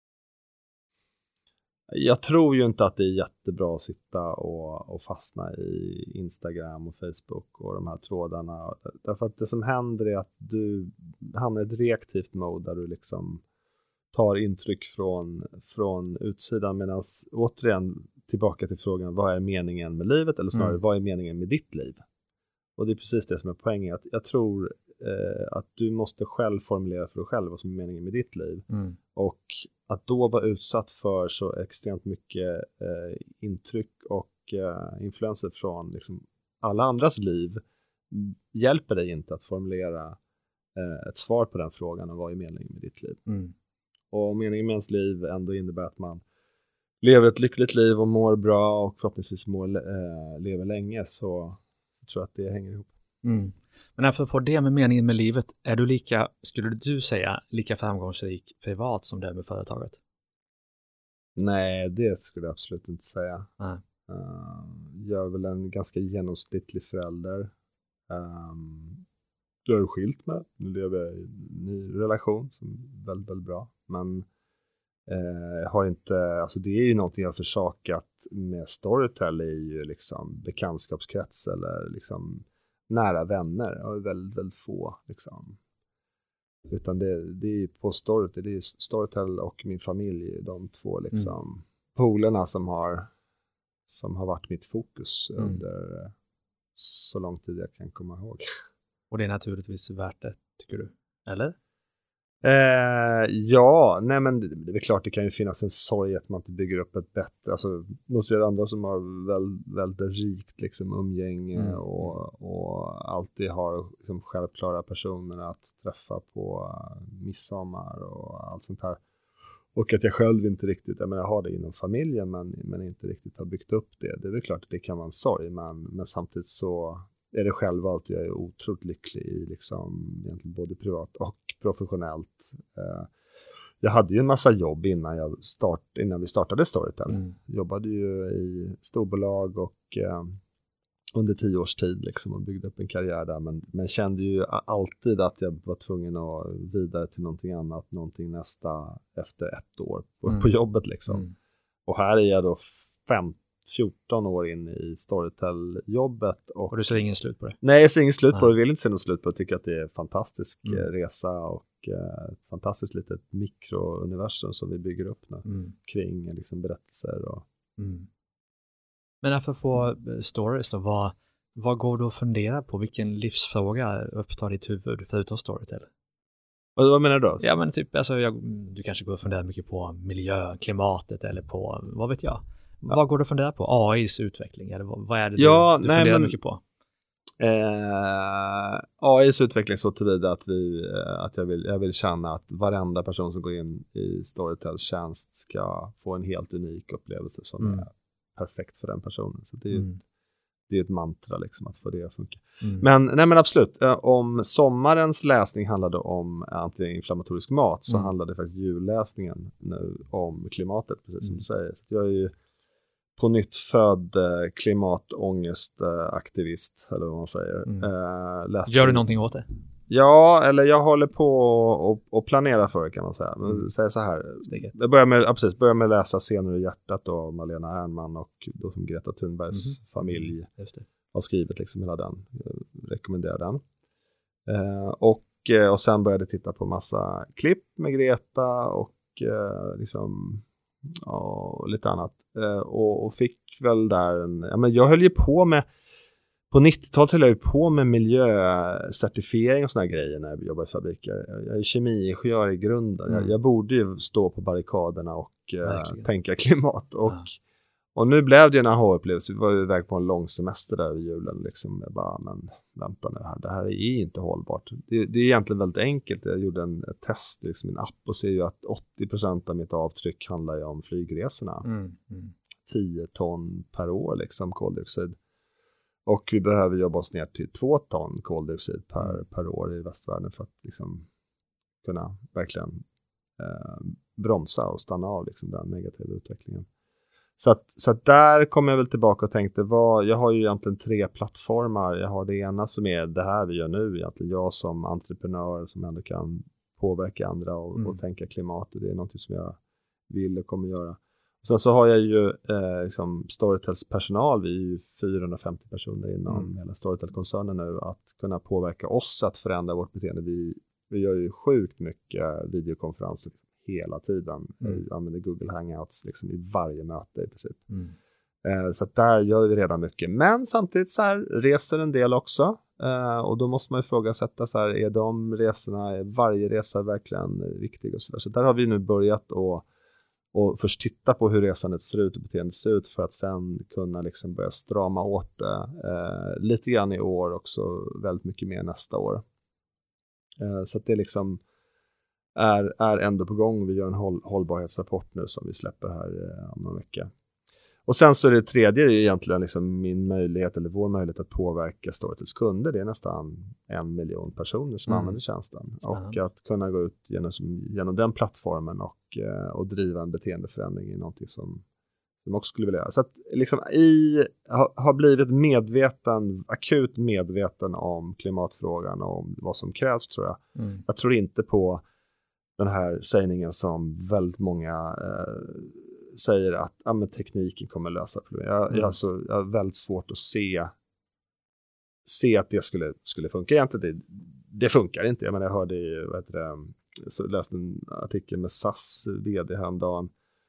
Jag tror ju inte att det är jättebra att sitta och, och fastna i Instagram och Facebook och de här trådarna. Därför att det som händer är att du hamnar i ett reaktivt mode där du liksom tar intryck från, från utsidan, medan återigen tillbaka till frågan, vad är meningen med livet? Eller snarare, mm. vad är meningen med ditt liv? Och det är precis det som är poängen. Att jag tror eh, att du måste själv formulera för dig själv vad som är meningen med ditt liv. Mm. Och att då vara utsatt för så extremt mycket eh, intryck och eh, influenser från liksom alla andras liv hjälper dig inte att formulera eh, ett svar på den frågan och vad är meningen med ditt liv. Mm. Och om meningen med ens liv ändå innebär att man lever ett lyckligt liv och mår bra och förhoppningsvis mår, eh, lever länge, så jag tror jag att det hänger ihop. Mm. Men för att få det med meningen med livet, är du lika, skulle du säga, lika framgångsrik privat som det är med företaget? Nej, det skulle jag absolut inte säga. Nej. Uh, jag är väl en ganska genomsnittlig förälder. Um, jag är skilt med. Nu lever jag i en ny relation som är väldigt, väldigt bra. Men uh, jag har inte, alltså det är ju någonting jag har försakat med Storytel, är ju liksom bekantskapskrets eller liksom nära vänner. Jag har väldigt, väldigt få liksom. Utan det, det är på Storytel, det är Storytel och min familj, de två liksom mm. polerna som har som har varit mitt fokus mm. under så lång tid jag kan komma ihåg. Och det är naturligtvis värt det, tycker du? Eller? Eh, ja, nej men det, det är klart det kan ju finnas en sorg att man inte bygger upp ett bättre, alltså man ser andra som har väl, väldigt rikt liksom umgänge mm. och, och alltid har liksom självklara personer att träffa på midsommar och allt sånt här. Och att jag själv inte riktigt, jag menar jag har det inom familjen men, men inte riktigt har byggt upp det. Det är väl klart att det kan vara en sorg, men, men samtidigt så är det självvalt. Jag är otroligt lycklig i liksom, egentligen både privat och professionellt. Eh, jag hade ju en massa jobb innan, jag start, innan vi startade Storytel. Mm. Jobbade ju i storbolag och eh, under tio års tid liksom, och byggde upp en karriär där. Men, men kände ju alltid att jag var tvungen att vidare till någonting annat, någonting nästa efter ett år på, mm. på jobbet liksom. Mm. Och här är jag då fem fjorton år in i Storytel-jobbet. Och, och du ser ingen slut på det? Nej, jag ser ingen slut på det. Jag vill inte se något slut på det. Jag tycker att det är en fantastisk mm. resa och eh, fantastiskt litet mikrouniversum som vi bygger upp nu mm. kring liksom, berättelser. Och... Mm. Men apropå stories då, vad, vad går du att fundera på? Vilken livsfråga upptar ditt huvud förutom Storytel? Och vad menar du då? Ja, men typ, alltså, jag, du kanske går och funderar mycket på miljö, klimatet eller på, vad vet jag? Ja. Vad går du att fundera på? A I:s utveckling? Eller vad, vad är det ja, du, du nej, funderar men, mycket på? Eh, A I:s utveckling så tillvida att, vi, att jag, vill, jag vill känna att varenda person som går in i Storytels tjänst ska få en helt unik upplevelse som mm. är perfekt för den personen. Så det är ju mm. det är ett mantra liksom, att få det att funka. Mm. Men, nej, men absolut, eh, om sommarens läsning handlade om antiinflammatorisk mat så mm. handlade faktiskt julläsningen nu om klimatet, precis som mm. du säger. Så jag är ju på nytt född eh, klimatångestaktivist, eller vad man säger. Mm. Eh, läste... Gör du någonting åt det? Ja, eller jag håller på och, och planerar för det, kan man säga. Men mm. säger så här. Steget. Jag börjar med, ja, precis, börjar med att läsa Scener i hjärtat av Malena Ernman och då som Greta Thunbergs mm. familj Just det. har skrivit liksom hela den. Jag rekommenderar den. Eh, och, och sen började jag titta på massa klipp med Greta och eh, liksom och lite annat. Eh, och, och fick väl där en, ja, men jag höll ju på med på nittiotalet höll jag ju på med miljöcertifiering och såna här grejer när jag jobbade i fabriker. Jag är kemiingenjör i grunden. Mm. Jag, jag borde ju stå på barrikaderna och eh, tänka klimat. Och, ja. och nu blev det en aha-upplevelse. Vi var ju iväg på en lång semester där i julen. Liksom. Jag bara, men vänta nu här. Det här är inte hållbart. Det, det är egentligen väldigt enkelt. Jag gjorde en ett test, liksom en app, och ser ju att åttio procent av mitt avtryck handlar ju om flygresorna. Mm. Mm. tio ton per år liksom koldioxid. Och vi behöver jobba oss ner till två ton koldioxid per, mm. per år i västvärlden för att liksom kunna verkligen eh, bromsa och stanna av liksom den negativa utvecklingen. Så att, så att där kom jag väl tillbaka och tänkte, vad, jag har ju egentligen tre plattformar. Jag har det ena som är det här vi gör nu, egentligen jag som entreprenör som ändå kan påverka andra och, mm. och tänka klimat, och det är något som jag vill och kommer göra. Sen så har jag ju eh, liksom Storytels personal, vi är ju fyrahundrafemtio personer inom mm. hela Storytel-koncernen nu, att kunna påverka oss att förändra vårt beteende. Vi, vi gör ju sjukt mycket videokonferenser hela tiden. Mm. Vi använder Google Hangouts liksom i varje möte i princip. Mm. Eh, så att där gör vi redan mycket. Men samtidigt så här reser en del också. Eh, och då måste man ju ifrågasätta så här, är de resorna, är varje resa verkligen viktig och så där. Så där har vi nu börjat att och först titta på hur resandet ser ut och beteendet ser ut för att sen kunna liksom börja strama åt det eh, lite grann i år och så väldigt mycket mer nästa år. Eh, så att det liksom är, är ändå på gång. Vi gör en håll, hållbarhetsrapport nu som vi släpper här eh, om en vecka. Och sen så är det tredje är egentligen liksom min möjlighet eller vår möjlighet att påverka Storytels kunder. Det är nästan en miljon personer som mm. använder tjänsten. Spännande. Och att kunna gå ut genom, genom den plattformen och, eh, och driva en beteendeförändring i någonting som de också skulle vilja göra. Så att liksom i, ha, har blivit medveten, akut medveten om klimatfrågan och om vad som krävs, tror jag. Mm. Jag tror inte på den här sägningen som väldigt många eh, säger att ah, men tekniken kommer lösa problem. Jag, mm. jag, alltså, jag har väldigt svårt att se se att det skulle, skulle funka. Egentligen, det, det funkar inte. Jag menar, jag hörde i, vad heter det, så läste en artikel med S A S vd häromdagen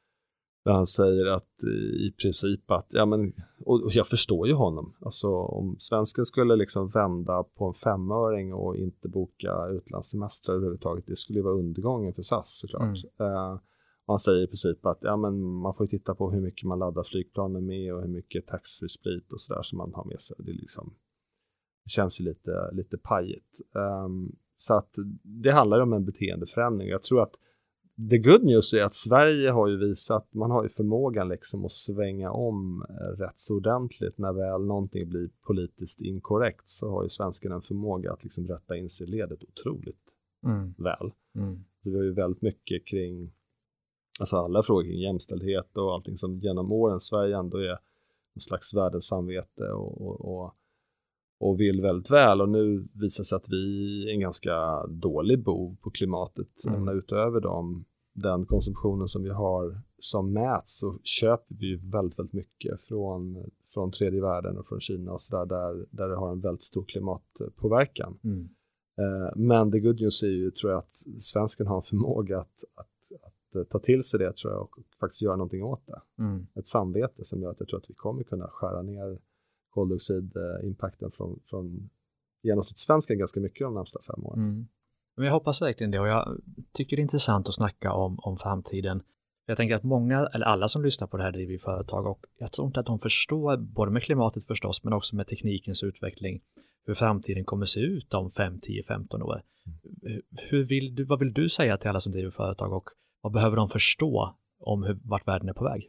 där han säger att i princip att, ja men, och jag förstår ju honom. Alltså om svensken skulle liksom vända på en femöring och inte boka utlandssemestrar överhuvudtaget, det skulle vara undergången för S A S såklart. Mm. Uh, han säger i princip att ja, men man får titta på hur mycket man laddar flygplanen med och hur mycket tax-free sprit och sådär som man har med sig. Det, är liksom, det känns ju lite, lite pajigt. Um, så att det handlar om en beteendeförändring. Jag tror att the good news är att Sverige har ju visat, man har ju förmågan liksom att svänga om rätt så ordentligt när väl någonting blir politiskt inkorrekt, så har ju svenskarna en förmåga att liksom rätta in sig i ledet otroligt mm. väl. Mm. Så vi har ju väldigt mycket kring, alltså alla frågor kring jämställdhet och allting som genom åren Sverige ändå är en slags världens samvete och, och, och, och vill väldigt väl, och nu visar sig att vi är en ganska dålig bov på klimatet. Mm. Men utöver dem, den konsumtionen som vi har som mäts, så köper vi väldigt, väldigt mycket från, från tredje världen och från Kina och sådär, där, där det har en väldigt stor klimatpåverkan. Mm. Eh, men the good news är ju, tror jag, att svensken har en förmåga att, att, att ta till sig det, tror jag, och faktiskt göra någonting åt det. Mm. Ett samvete som gör att jag tror att vi kommer kunna skära ner koldioxidimpakten från, från genomsnittssvenskan ganska mycket de närmsta fem åren. Mm. Men jag hoppas verkligen det, och jag tycker det är intressant att snacka om, om framtiden. Jag tänker att många, eller alla som lyssnar på det här driver företag, och jag tror inte att de förstår, både med klimatet förstås, men också med teknikens utveckling, hur framtiden kommer se ut om fem, tio, femton år. Mm. Hur vill du, vad vill du säga till alla som driver företag, och vad behöver de förstå om hur, vart världen är på väg?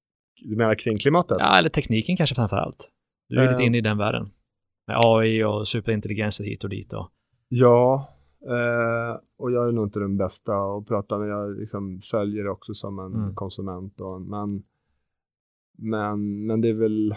Du menar kring klimatet? Ja, eller tekniken kanske framför allt. Du är uh, lite inne i den världen. Med A I och superintelligenser hit och dit. Och... Ja, uh, och jag är nog inte den bästa att prata med. Jag liksom följer det också som en mm. konsument. Och, men, men, men det är väl...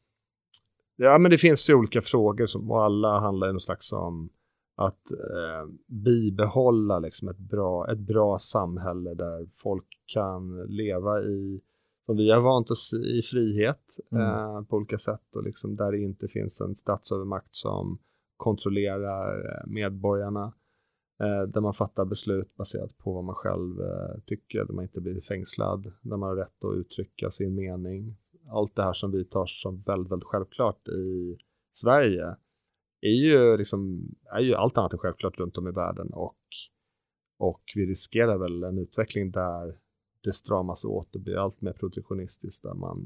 Ja, men det finns ju olika frågor som, och alla handlar i någon slags om att eh, bibehålla liksom ett bra, ett bra samhälle där folk kan leva i, som vi har vant oss i, frihet mm. eh, på olika sätt, och liksom där det inte finns en statsövermakt som kontrollerar medborgarna, eh, där man fattar beslut baserat på vad man själv eh, tycker, där man inte blir fängslad, där man har rätt att uttrycka sin mening. Allt det här som vi tar som väldigt, väldigt självklart i Sverige är ju, liksom, är ju allt annat än självklart runt om i världen, och, och vi riskerar väl en utveckling där det stramas åt och blir allt mer protektionistiskt, där man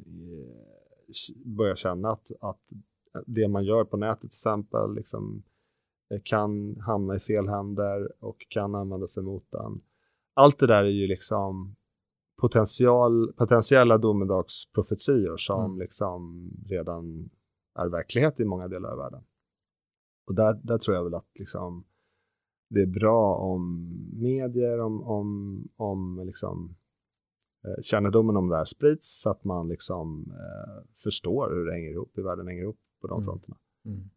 börjar känna att, att det man gör på nätet till exempel liksom, kan hamna i fel händer och kan använda sig mot den. Allt det där är ju liksom potential, potentiella domedagsprofetior som mm. liksom redan är verklighet i många delar av världen. Och där, där tror jag väl att liksom, det är bra om medier, om, om, om liksom, eh, kännedomen om det här sprids, så att man liksom, eh, förstår hur det hänger ihop, hur världen hänger ihop på de mm. fronterna. Mm.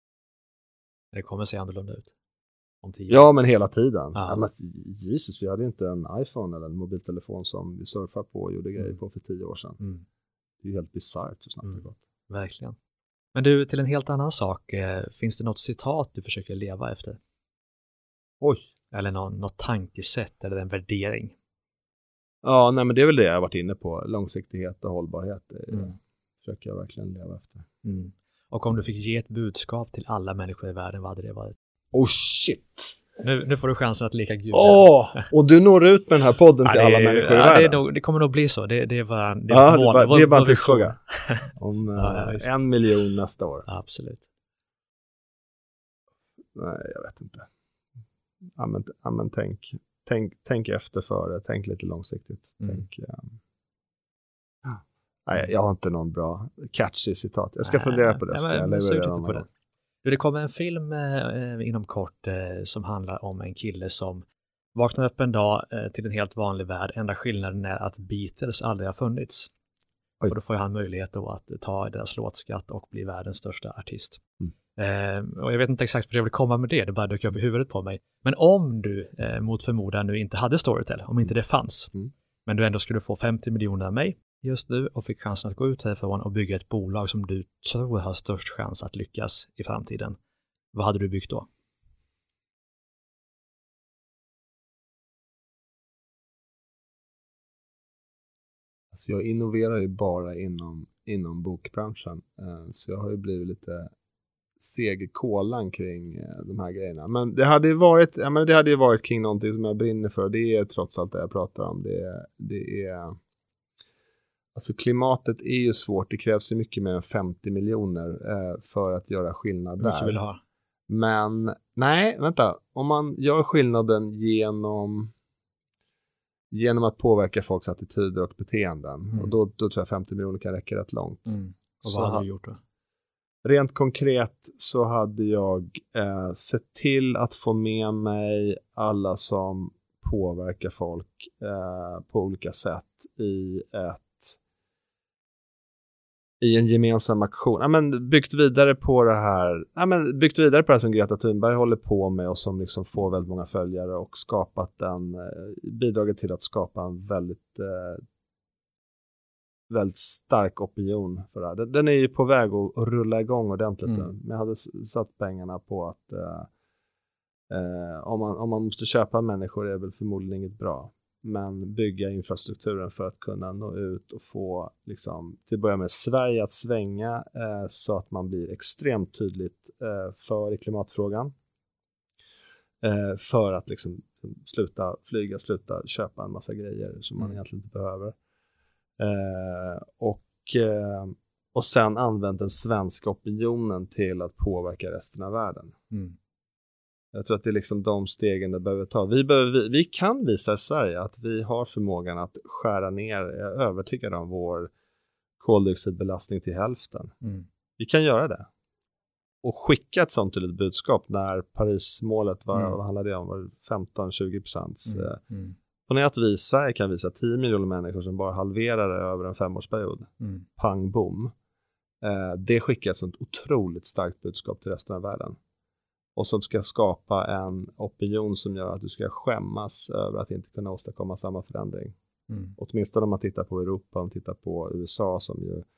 Det kommer se annorlunda ut. Om tio. Ja, men hela tiden. Ja. Ja, men, Jesus, vi hade inte en iPhone eller en mobiltelefon som vi surfar på och gjorde mm. grejer på för tio år sedan. Mm. Det är ju helt bisarrt så snabbt mm. det gått. Verkligen. Men du, till en helt annan sak. Eh, finns det något citat du försöker leva efter? Oj. Eller någon, något tankesätt eller en värdering? Ja, nej men det är väl det jag har varit inne på. Långsiktighet och hållbarhet. Det mm. försöker jag verkligen leva efter. Mm. Och om du fick ge ett budskap till alla människor i världen, vad hade det varit? Oh shit! Nu, nu får du chansen att leka Gud. Åh! Oh, och du når ut med den här podden ja, till alla är, människor ja, i världen. Det, är nog, det kommer nog bli så. Det, det är bara, det är ja, mål, det, är bara, det är bara en tidsfråga. Om ja, ja, en miljon nästa år. Ja, absolut. Nej, jag vet inte. ja, men, ja, men tänk, tänk, tänk efter före, tänk lite långsiktigt. Mm. Tänk, um, ja. Nej, jag har inte någon bra catchy citat. Jag ska nej, fundera på det. Nej, ska men, jag leverera på det. Det kommer en film eh, inom kort eh, som handlar om en kille som vaknar upp en dag eh, till en helt vanlig värld. Enda skillnaden är att Beatles aldrig har funnits. Oj. Och då får han möjlighet då att ta deras låtskatt och bli världens största artist. Mm. Eh, och jag vet inte exakt vad jag vill komma med det, det bara dök upp i huvudet på mig. Men om du eh, mot förmodan nu inte hade Storytel, om inte det fanns, mm. men du ändå skulle få femtio miljoner av mig just nu och fick chansen att gå ut härifrån och bygga ett bolag som du tror har störst chans att lyckas i framtiden. Vad hade du byggt då? Alltså jag innoverar ju bara inom, inom bokbranschen. Så jag har ju blivit lite seg i kolan kring de här grejerna. Men det hade ju varit, jag menar, det hade ju varit kring någonting som jag brinner för. Det är trots allt det jag pratar om. Det är, det är alltså klimatet är ju svårt. Det krävs ju mycket mer än femtio miljoner eh, för att göra skillnad där. Hur vill du ha? Men nej, vänta. Om man gör skillnaden genom genom att påverka folks attityder och beteenden. Mm. Och då, då tror jag femtio miljoner kan räcka rätt långt. Mm. Och vad så, hade du gjort då? Rent konkret så hade jag eh, sett till att få med mig alla som påverkar folk eh, på olika sätt i ett i en gemensam aktion. Ja, men byggt vidare på det här, ja, men byggt vidare på det som Greta Thunberg håller på med och som liksom får väldigt många följare och skapat en, bidragit till att skapa en väldigt eh, väldigt stark opinion för det här. Den är ju på väg att rulla igång ordentligt. Mm. Men jag hade satt pengarna på att eh, eh, om, man, om man måste köpa människor är det väl förmodligen inget bra. Men bygga infrastrukturen för att kunna nå ut och få liksom, till att börja med Sverige att svänga eh, så att man blir extremt tydligt eh, för i klimatfrågan. Eh, för att liksom sluta flyga, sluta köpa en massa grejer som man mm. egentligen inte behöver. Eh, och, eh, och sen använt den svenska opinionen till att påverka resten av världen. Mm. Jag tror att det är liksom de stegen det behöver ta. Vi, behöver, vi, vi kan visa i Sverige att vi har förmågan att skära ner, jag är övertygad om vår koldioxidbelastning till hälften. Mm. Vi kan göra det. Och skicka ett sånt tydligt budskap när Parismålet var, mm. vad handlade det om? Var femton till tjugo procent. Mm. Mm. Och när att vi i Sverige kan visa tio miljoner människor som bara halverar det över en femårsperiod. Mm. Pang, bom. Eh, det skickar ett sånt otroligt starkt budskap till resten av världen. Och som ska skapa en opinion som gör att du ska skämmas över att inte kunna åstadkomma samma förändring. Mm. Åtminstone om man tittar på Europa, om man tittar på U S A som ju,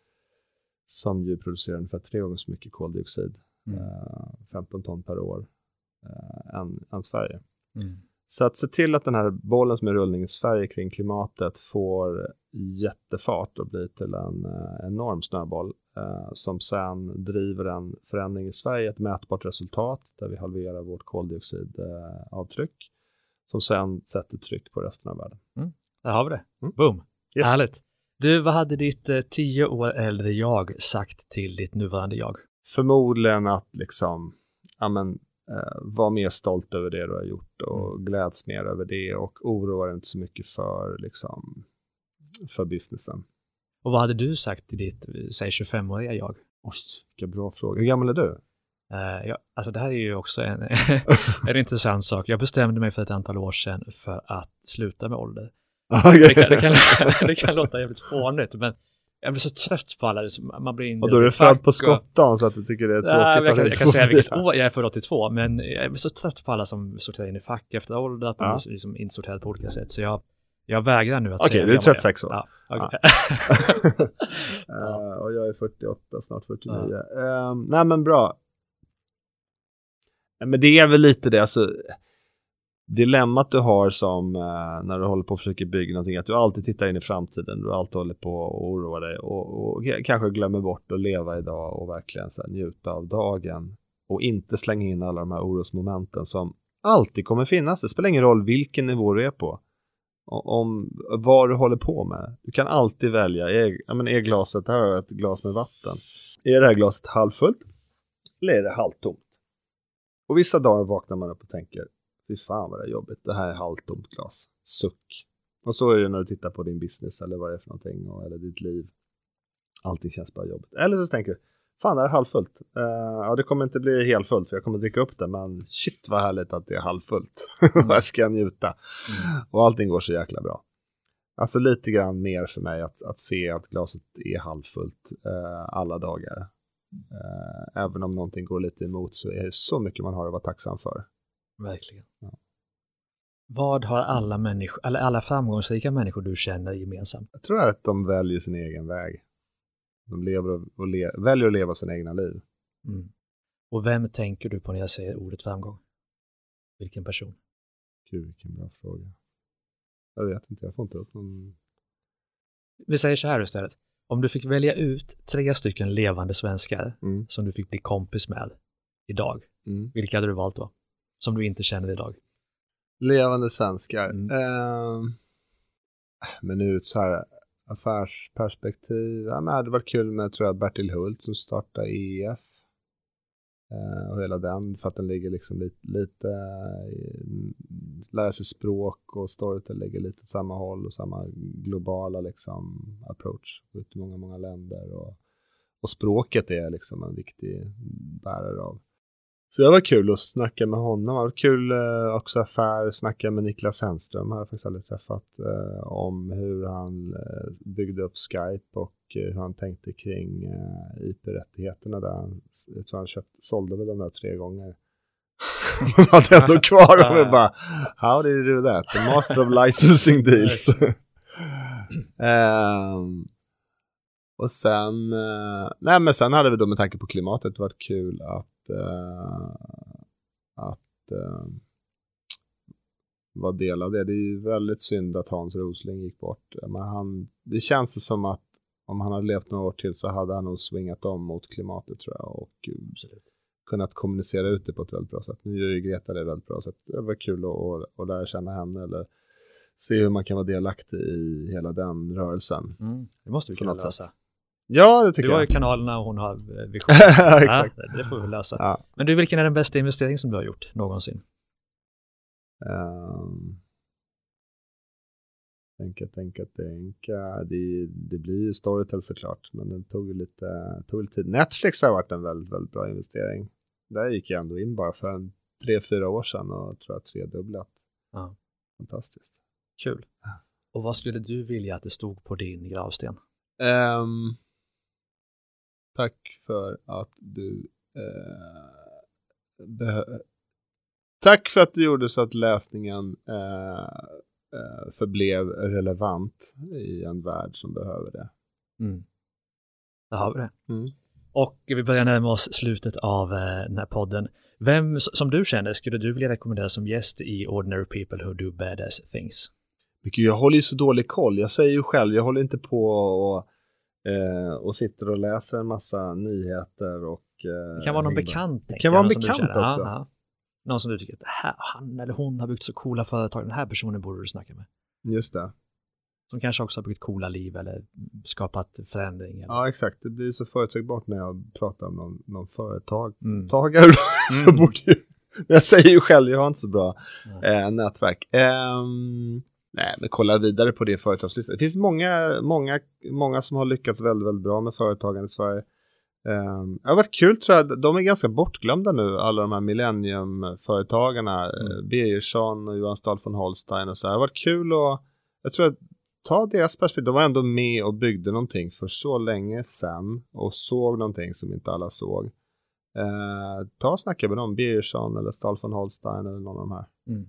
som ju producerar ungefär tre gånger så mycket koldioxid. Mm. Eh, femton ton per år eh, än, än Sverige. Mm. Så att se till att den här bollen som är rullning i Sverige kring klimatet får jättefart och blir till en eh, enorm snöboll eh, som sen driver en förändring i Sverige, ett mätbart resultat där vi halverar vårt koldioxidavtryck eh, som sen sätter tryck på resten av världen. Mm. Där har vi det. Mm. Boom. Yes. Härligt. Du, vad hade ditt eh, tio år äldre jag sagt till ditt nuvarande jag? Förmodligen att liksom, ja men, Uh, var mer stolt över det du har gjort och mm. gläds mer över det och oroar inte så mycket för liksom för businessen. Och vad hade du sagt till ditt, säg tjugofem-åriga jag? Oj, vilka bra frågor. Hur gammal är du? Uh, ja, alltså det här är ju också en, en intressant sak. Jag bestämde mig för ett antal år sedan för att sluta med ålder. Okay. Det, kan, det, kan, det kan låta jävligt fånigt, men jag blir så trött på alla. Man blir och då är du född på skottan så att du tycker det är tråkigt. Ja, jag, kan, jag kan säga vilket år, jag är född åttiotvå, men jag blir så trött på alla som sorterar in i fack efter ålder, att man ja. är liksom insorterad på olika sätt. Så jag, jag vägrar nu att okay, säga. Okej, du är trettiosex år. Ja, okay. ja. uh, och jag är fyrtioåtta, snart fyrtionio. Ja. Uh, nej men bra. Men det är väl lite det, alltså dilemmat du har som eh, när du håller på att försöka bygga någonting, att du alltid tittar in i framtiden, du alltid håller på att oroa dig och, och kanske glömmer bort att leva idag och verkligen så här, njuta av dagen och inte slänga in alla de här orosmomenten som alltid kommer finnas. Det spelar ingen roll vilken nivå du är på, om vad du håller på med. Du kan alltid välja, är, jag menar, är glaset, här har jag ett glas med vatten, är det här glaset halvfullt eller är det halvtomt? Och vissa dagar vaknar man upp och tänker, fy fan vad det är jobbigt. Det här är halvtomt glas. Suck. Och så är det när du tittar på din business eller vad det är för någonting. Och, eller ditt liv. Allting känns bara jobbigt. Eller så tänker du, fan det är halvfullt. Uh, ja, det kommer inte bli helfullt för jag kommer dricka upp det. Men shit vad härligt att det är halvfullt. Mm. Jag ska njuta. Mm. Och allting går så jäkla bra. Alltså lite grann mer för mig att, att se att glaset är halvfullt uh, alla dagar. Uh, även om någonting går lite emot så är det så mycket man har att vara tacksam för. Verkligen. Ja. Vad har alla människor, eller alla framgångsrika människor du känner gemensamt? Jag tror att de väljer sin egen väg. De lever och, och le, väljer att leva sina egna liv. Mm. Och vem tänker du på när jag säger ordet framgång? Vilken person? Gud, vilken bra fråga. Jag vet inte, jag får inte upp någon... Vi säger så här istället. Om du fick välja ut tre stycken levande svenskar mm. som du fick bli kompis med idag. Mm. Vilka hade du valt då? Som du inte känner idag. Levande svenskar. Mm. Eh, men ut så här affärsperspektiv. Ja, men det hade varit kul med tror jag Bertil Hult som startar E F. Eh, och hela den för att den ligger liksom lite, lite lära sig språk och storytelling ligger lite åt samma håll och samma globala liksom approach ut i många, många länder och, och språket är liksom en viktig bärare av. Så det var kul att snacka med honom. Det var kul eh, också affär, snacka med Niklas Henström. Jag har faktiskt aldrig träffat eh, om hur han eh, byggde upp Skype och eh, hur han tänkte kring eh, I P-rättigheterna där. Han, jag tror han köpt, sålde väl de där tre gånger. Han hade ändå kvar dem och bara, how did you do that? The master of licensing deals. um, och sen, eh, nej men sen hade vi då med tanke på klimatet varit kul att Uh, att uh, vara del av det. Det är ju väldigt synd att Hans Rosling gick bort. Men han, det känns som att om han hade levt några år till så hade han nog svingat om mot klimatet tror jag och absolut kunnat kommunicera ut det på ett väldigt bra sätt. Nu gör ju Greta det väldigt bra sätt. Det var kul att, att, att lära känna henne eller se hur man kan vara delaktig i hela den rörelsen. Mm. Det måste vi kunna lösa. Sätt. Ja, det tycker jag. Du har ju kanalerna och hon har visioner. Ja, exakt. Ja, det får vi lösa. Ja. Men du, vilken är den bästa investering som du har gjort någonsin? Um, tänka, tänka, tänka. Det, det blir ju Storytel såklart. Men den tog lite, tog lite tid. Netflix har varit en väldigt, väldigt bra investering. Där gick jag ändå in bara för en tre, fyra år sedan och tror jag tredubblat. Ja. Fantastiskt. Kul. Och vad skulle du vilja att det stod på din gravsten? Um, Tack för att du eh, behö- Tack för att du gjorde så att läsningen eh, eh, förblev relevant i en värld som behöver det. Mm. Där har vi det. Mm. Och vi börjar närma oss slutet av eh, den här podden. Vem som du känner skulle du vilja rekommendera som gäst i Ordinary People Who Do Badass Things? Jag håller ju så dålig koll. Jag säger ju själv, jag håller inte på och Eh, och sitter och läser en massa nyheter och eh, det kan vara någon bekant. Det kan vara en bekant också. Ja, ja. Någon som du tycker att här, han eller hon har byggt så coola företag. Den här personen borde du snacka med. Just det. Som kanske också har byggt coola liv eller skapat förändring. Eller... Ja, exakt. Det blir så förutsägbart när jag pratar om någon, någon företag. Mm. Tagare då. Mm. Så borde ju... Jag säger ju själv, jag har inte så bra eh, nätverk. Um... Nej, men kolla vidare på det företagslistan. Det finns många, många, många som har lyckats väldigt, väldigt bra med företagen i Sverige. Um, det har varit kul tror jag. De är ganska bortglömda nu, alla de här millenniumföretagarna. Mm. Birgersson och Johan Stahl von Holstein och så här. Det har varit kul och jag tror att ta deras perspektiv. De var ändå med och byggde någonting för så länge sedan och såg någonting som inte alla såg. Uh, ta och snacka med dem, Birgersson eller Stahl von Holstein eller någon av de här. Mm.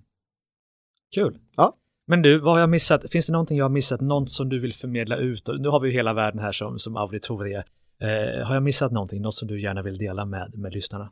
Kul. Ja. Men du, vad har jag missat? Finns det någonting jag har missat? Något som du vill förmedla ut? Nu har vi ju hela världen här som, som auditorie. Eh, har jag missat någonting? Något som du gärna vill dela med, med lyssnarna?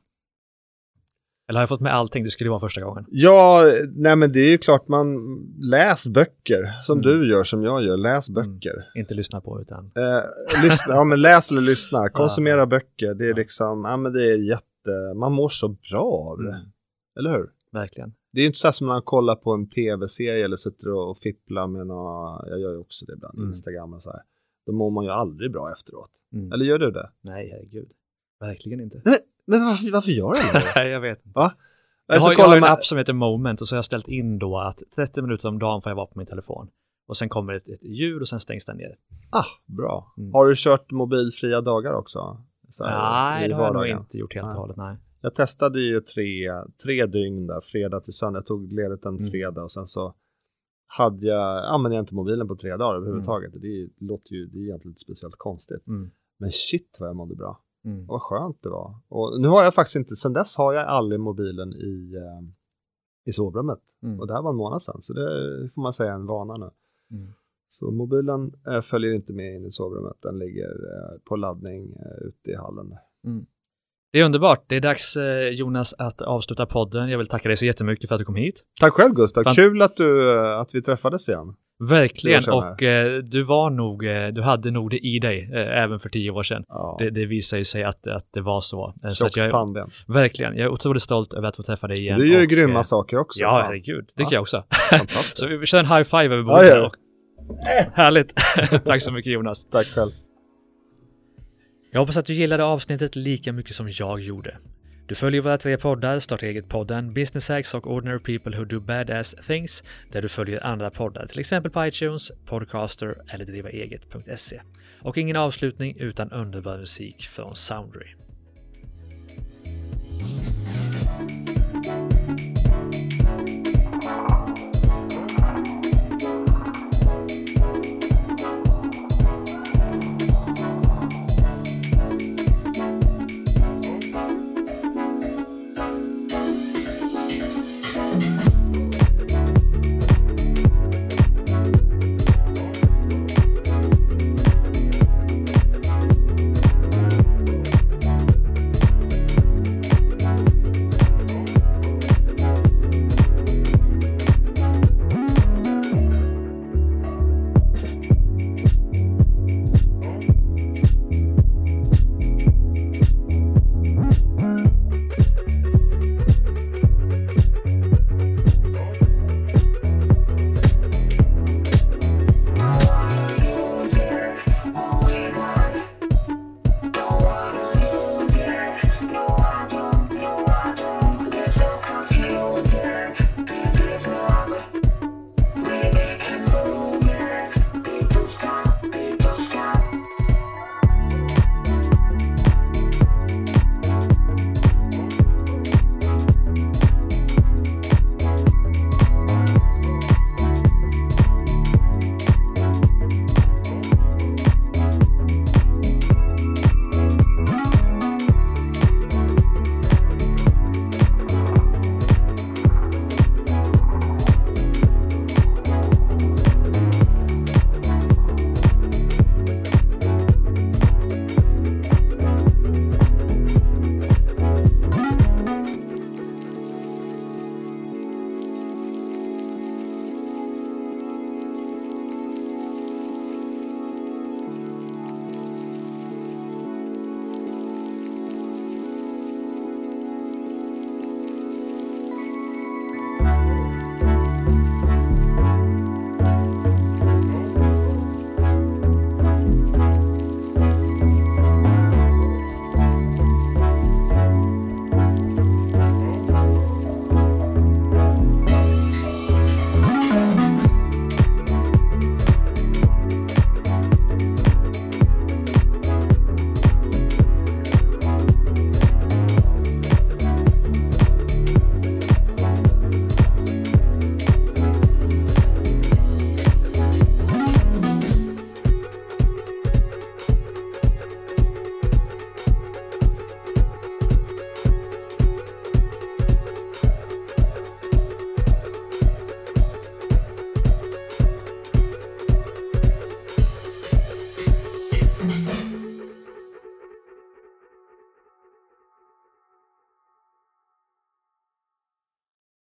Eller har jag fått med allting? Det skulle vara första gången. Ja, nej men det är ju klart man läs böcker som mm. du gör, som jag gör. Läs böcker. Mm. Inte lyssna på utan. Eh, lyssna, ja men läs eller lyssna. Konsumera ja. böcker. Det är ja. liksom, ja men det är jätte, man mår så bra av det. Mm. Eller hur? Verkligen. Det är inte så här som när man kollar på en tv-serie eller sitter och fipplar med några, jag gör ju också det ibland, mm. Instagram och så här. Då mår man ju aldrig bra efteråt. Mm. Eller gör du det? Nej, herregud. Verkligen inte. Nej, men varför, varför gör du det? Nej, jag vet inte. Va? Jag har, jag har en app som heter Moment och så har jag ställt in då att trettio minuter om dagen får jag vara på min telefon. Och sen kommer ett, ett ljud och sen stängs den ner. Ah, bra. Mm. Har du kört mobilfria dagar också? Så här, nej, det har jag nog inte gjort helt och hållet, nej. Jag testade ju tre, tre dygn där, fredag till söndag. Jag tog ledigt en mm. fredag och sen så hade jag, använde jag inte mobilen på tre dagar överhuvudtaget. Mm. Det låter ju, det är egentligen inte speciellt konstigt. Mm. Men shit vad jag mådde bra. Mm. Vad skönt det var. Och nu har jag faktiskt inte, sen dess har jag aldrig mobilen i, eh, i sovrummet. Mm. Och det här var en månad sedan, så det får man säga en vana nu. Mm. Så mobilen eh, följer inte med in i sovrummet. Den ligger eh, på laddning eh, ute i hallen. Mm. Det är underbart. Det är dags, eh, Jonas, att avsluta podden. Jag vill tacka dig så jättemycket för att du kom hit. Tack själv, Gustav. Fan... Kul att, du, att vi träffades igen. Verkligen, och eh, du var nog, eh, du hade nog det i dig eh, även för tio år sedan. Ja. Det, det visar ju sig att, att det var så. Eh, så att jag, panden. Verkligen, jag är otroligt stolt över att få träffa dig igen. Du gör ju och, grymma eh, saker också. Ja, fan. herregud, det tycker ja. jag också. Så vi kör en high five över bordet. Ja, ja. Och... Härligt. Tack så mycket, Jonas. Tack själv. Jag hoppas att du gillade avsnittet lika mycket som jag gjorde. Du följer våra tre poddar, Starta eget-podden, Business Hacks och Ordinary People Who Do Badass Things, där du följer andra poddar, till exempel på iTunes, Podcaster eller driva eget punkt se. Och ingen avslutning utan underbar musik från Soundry.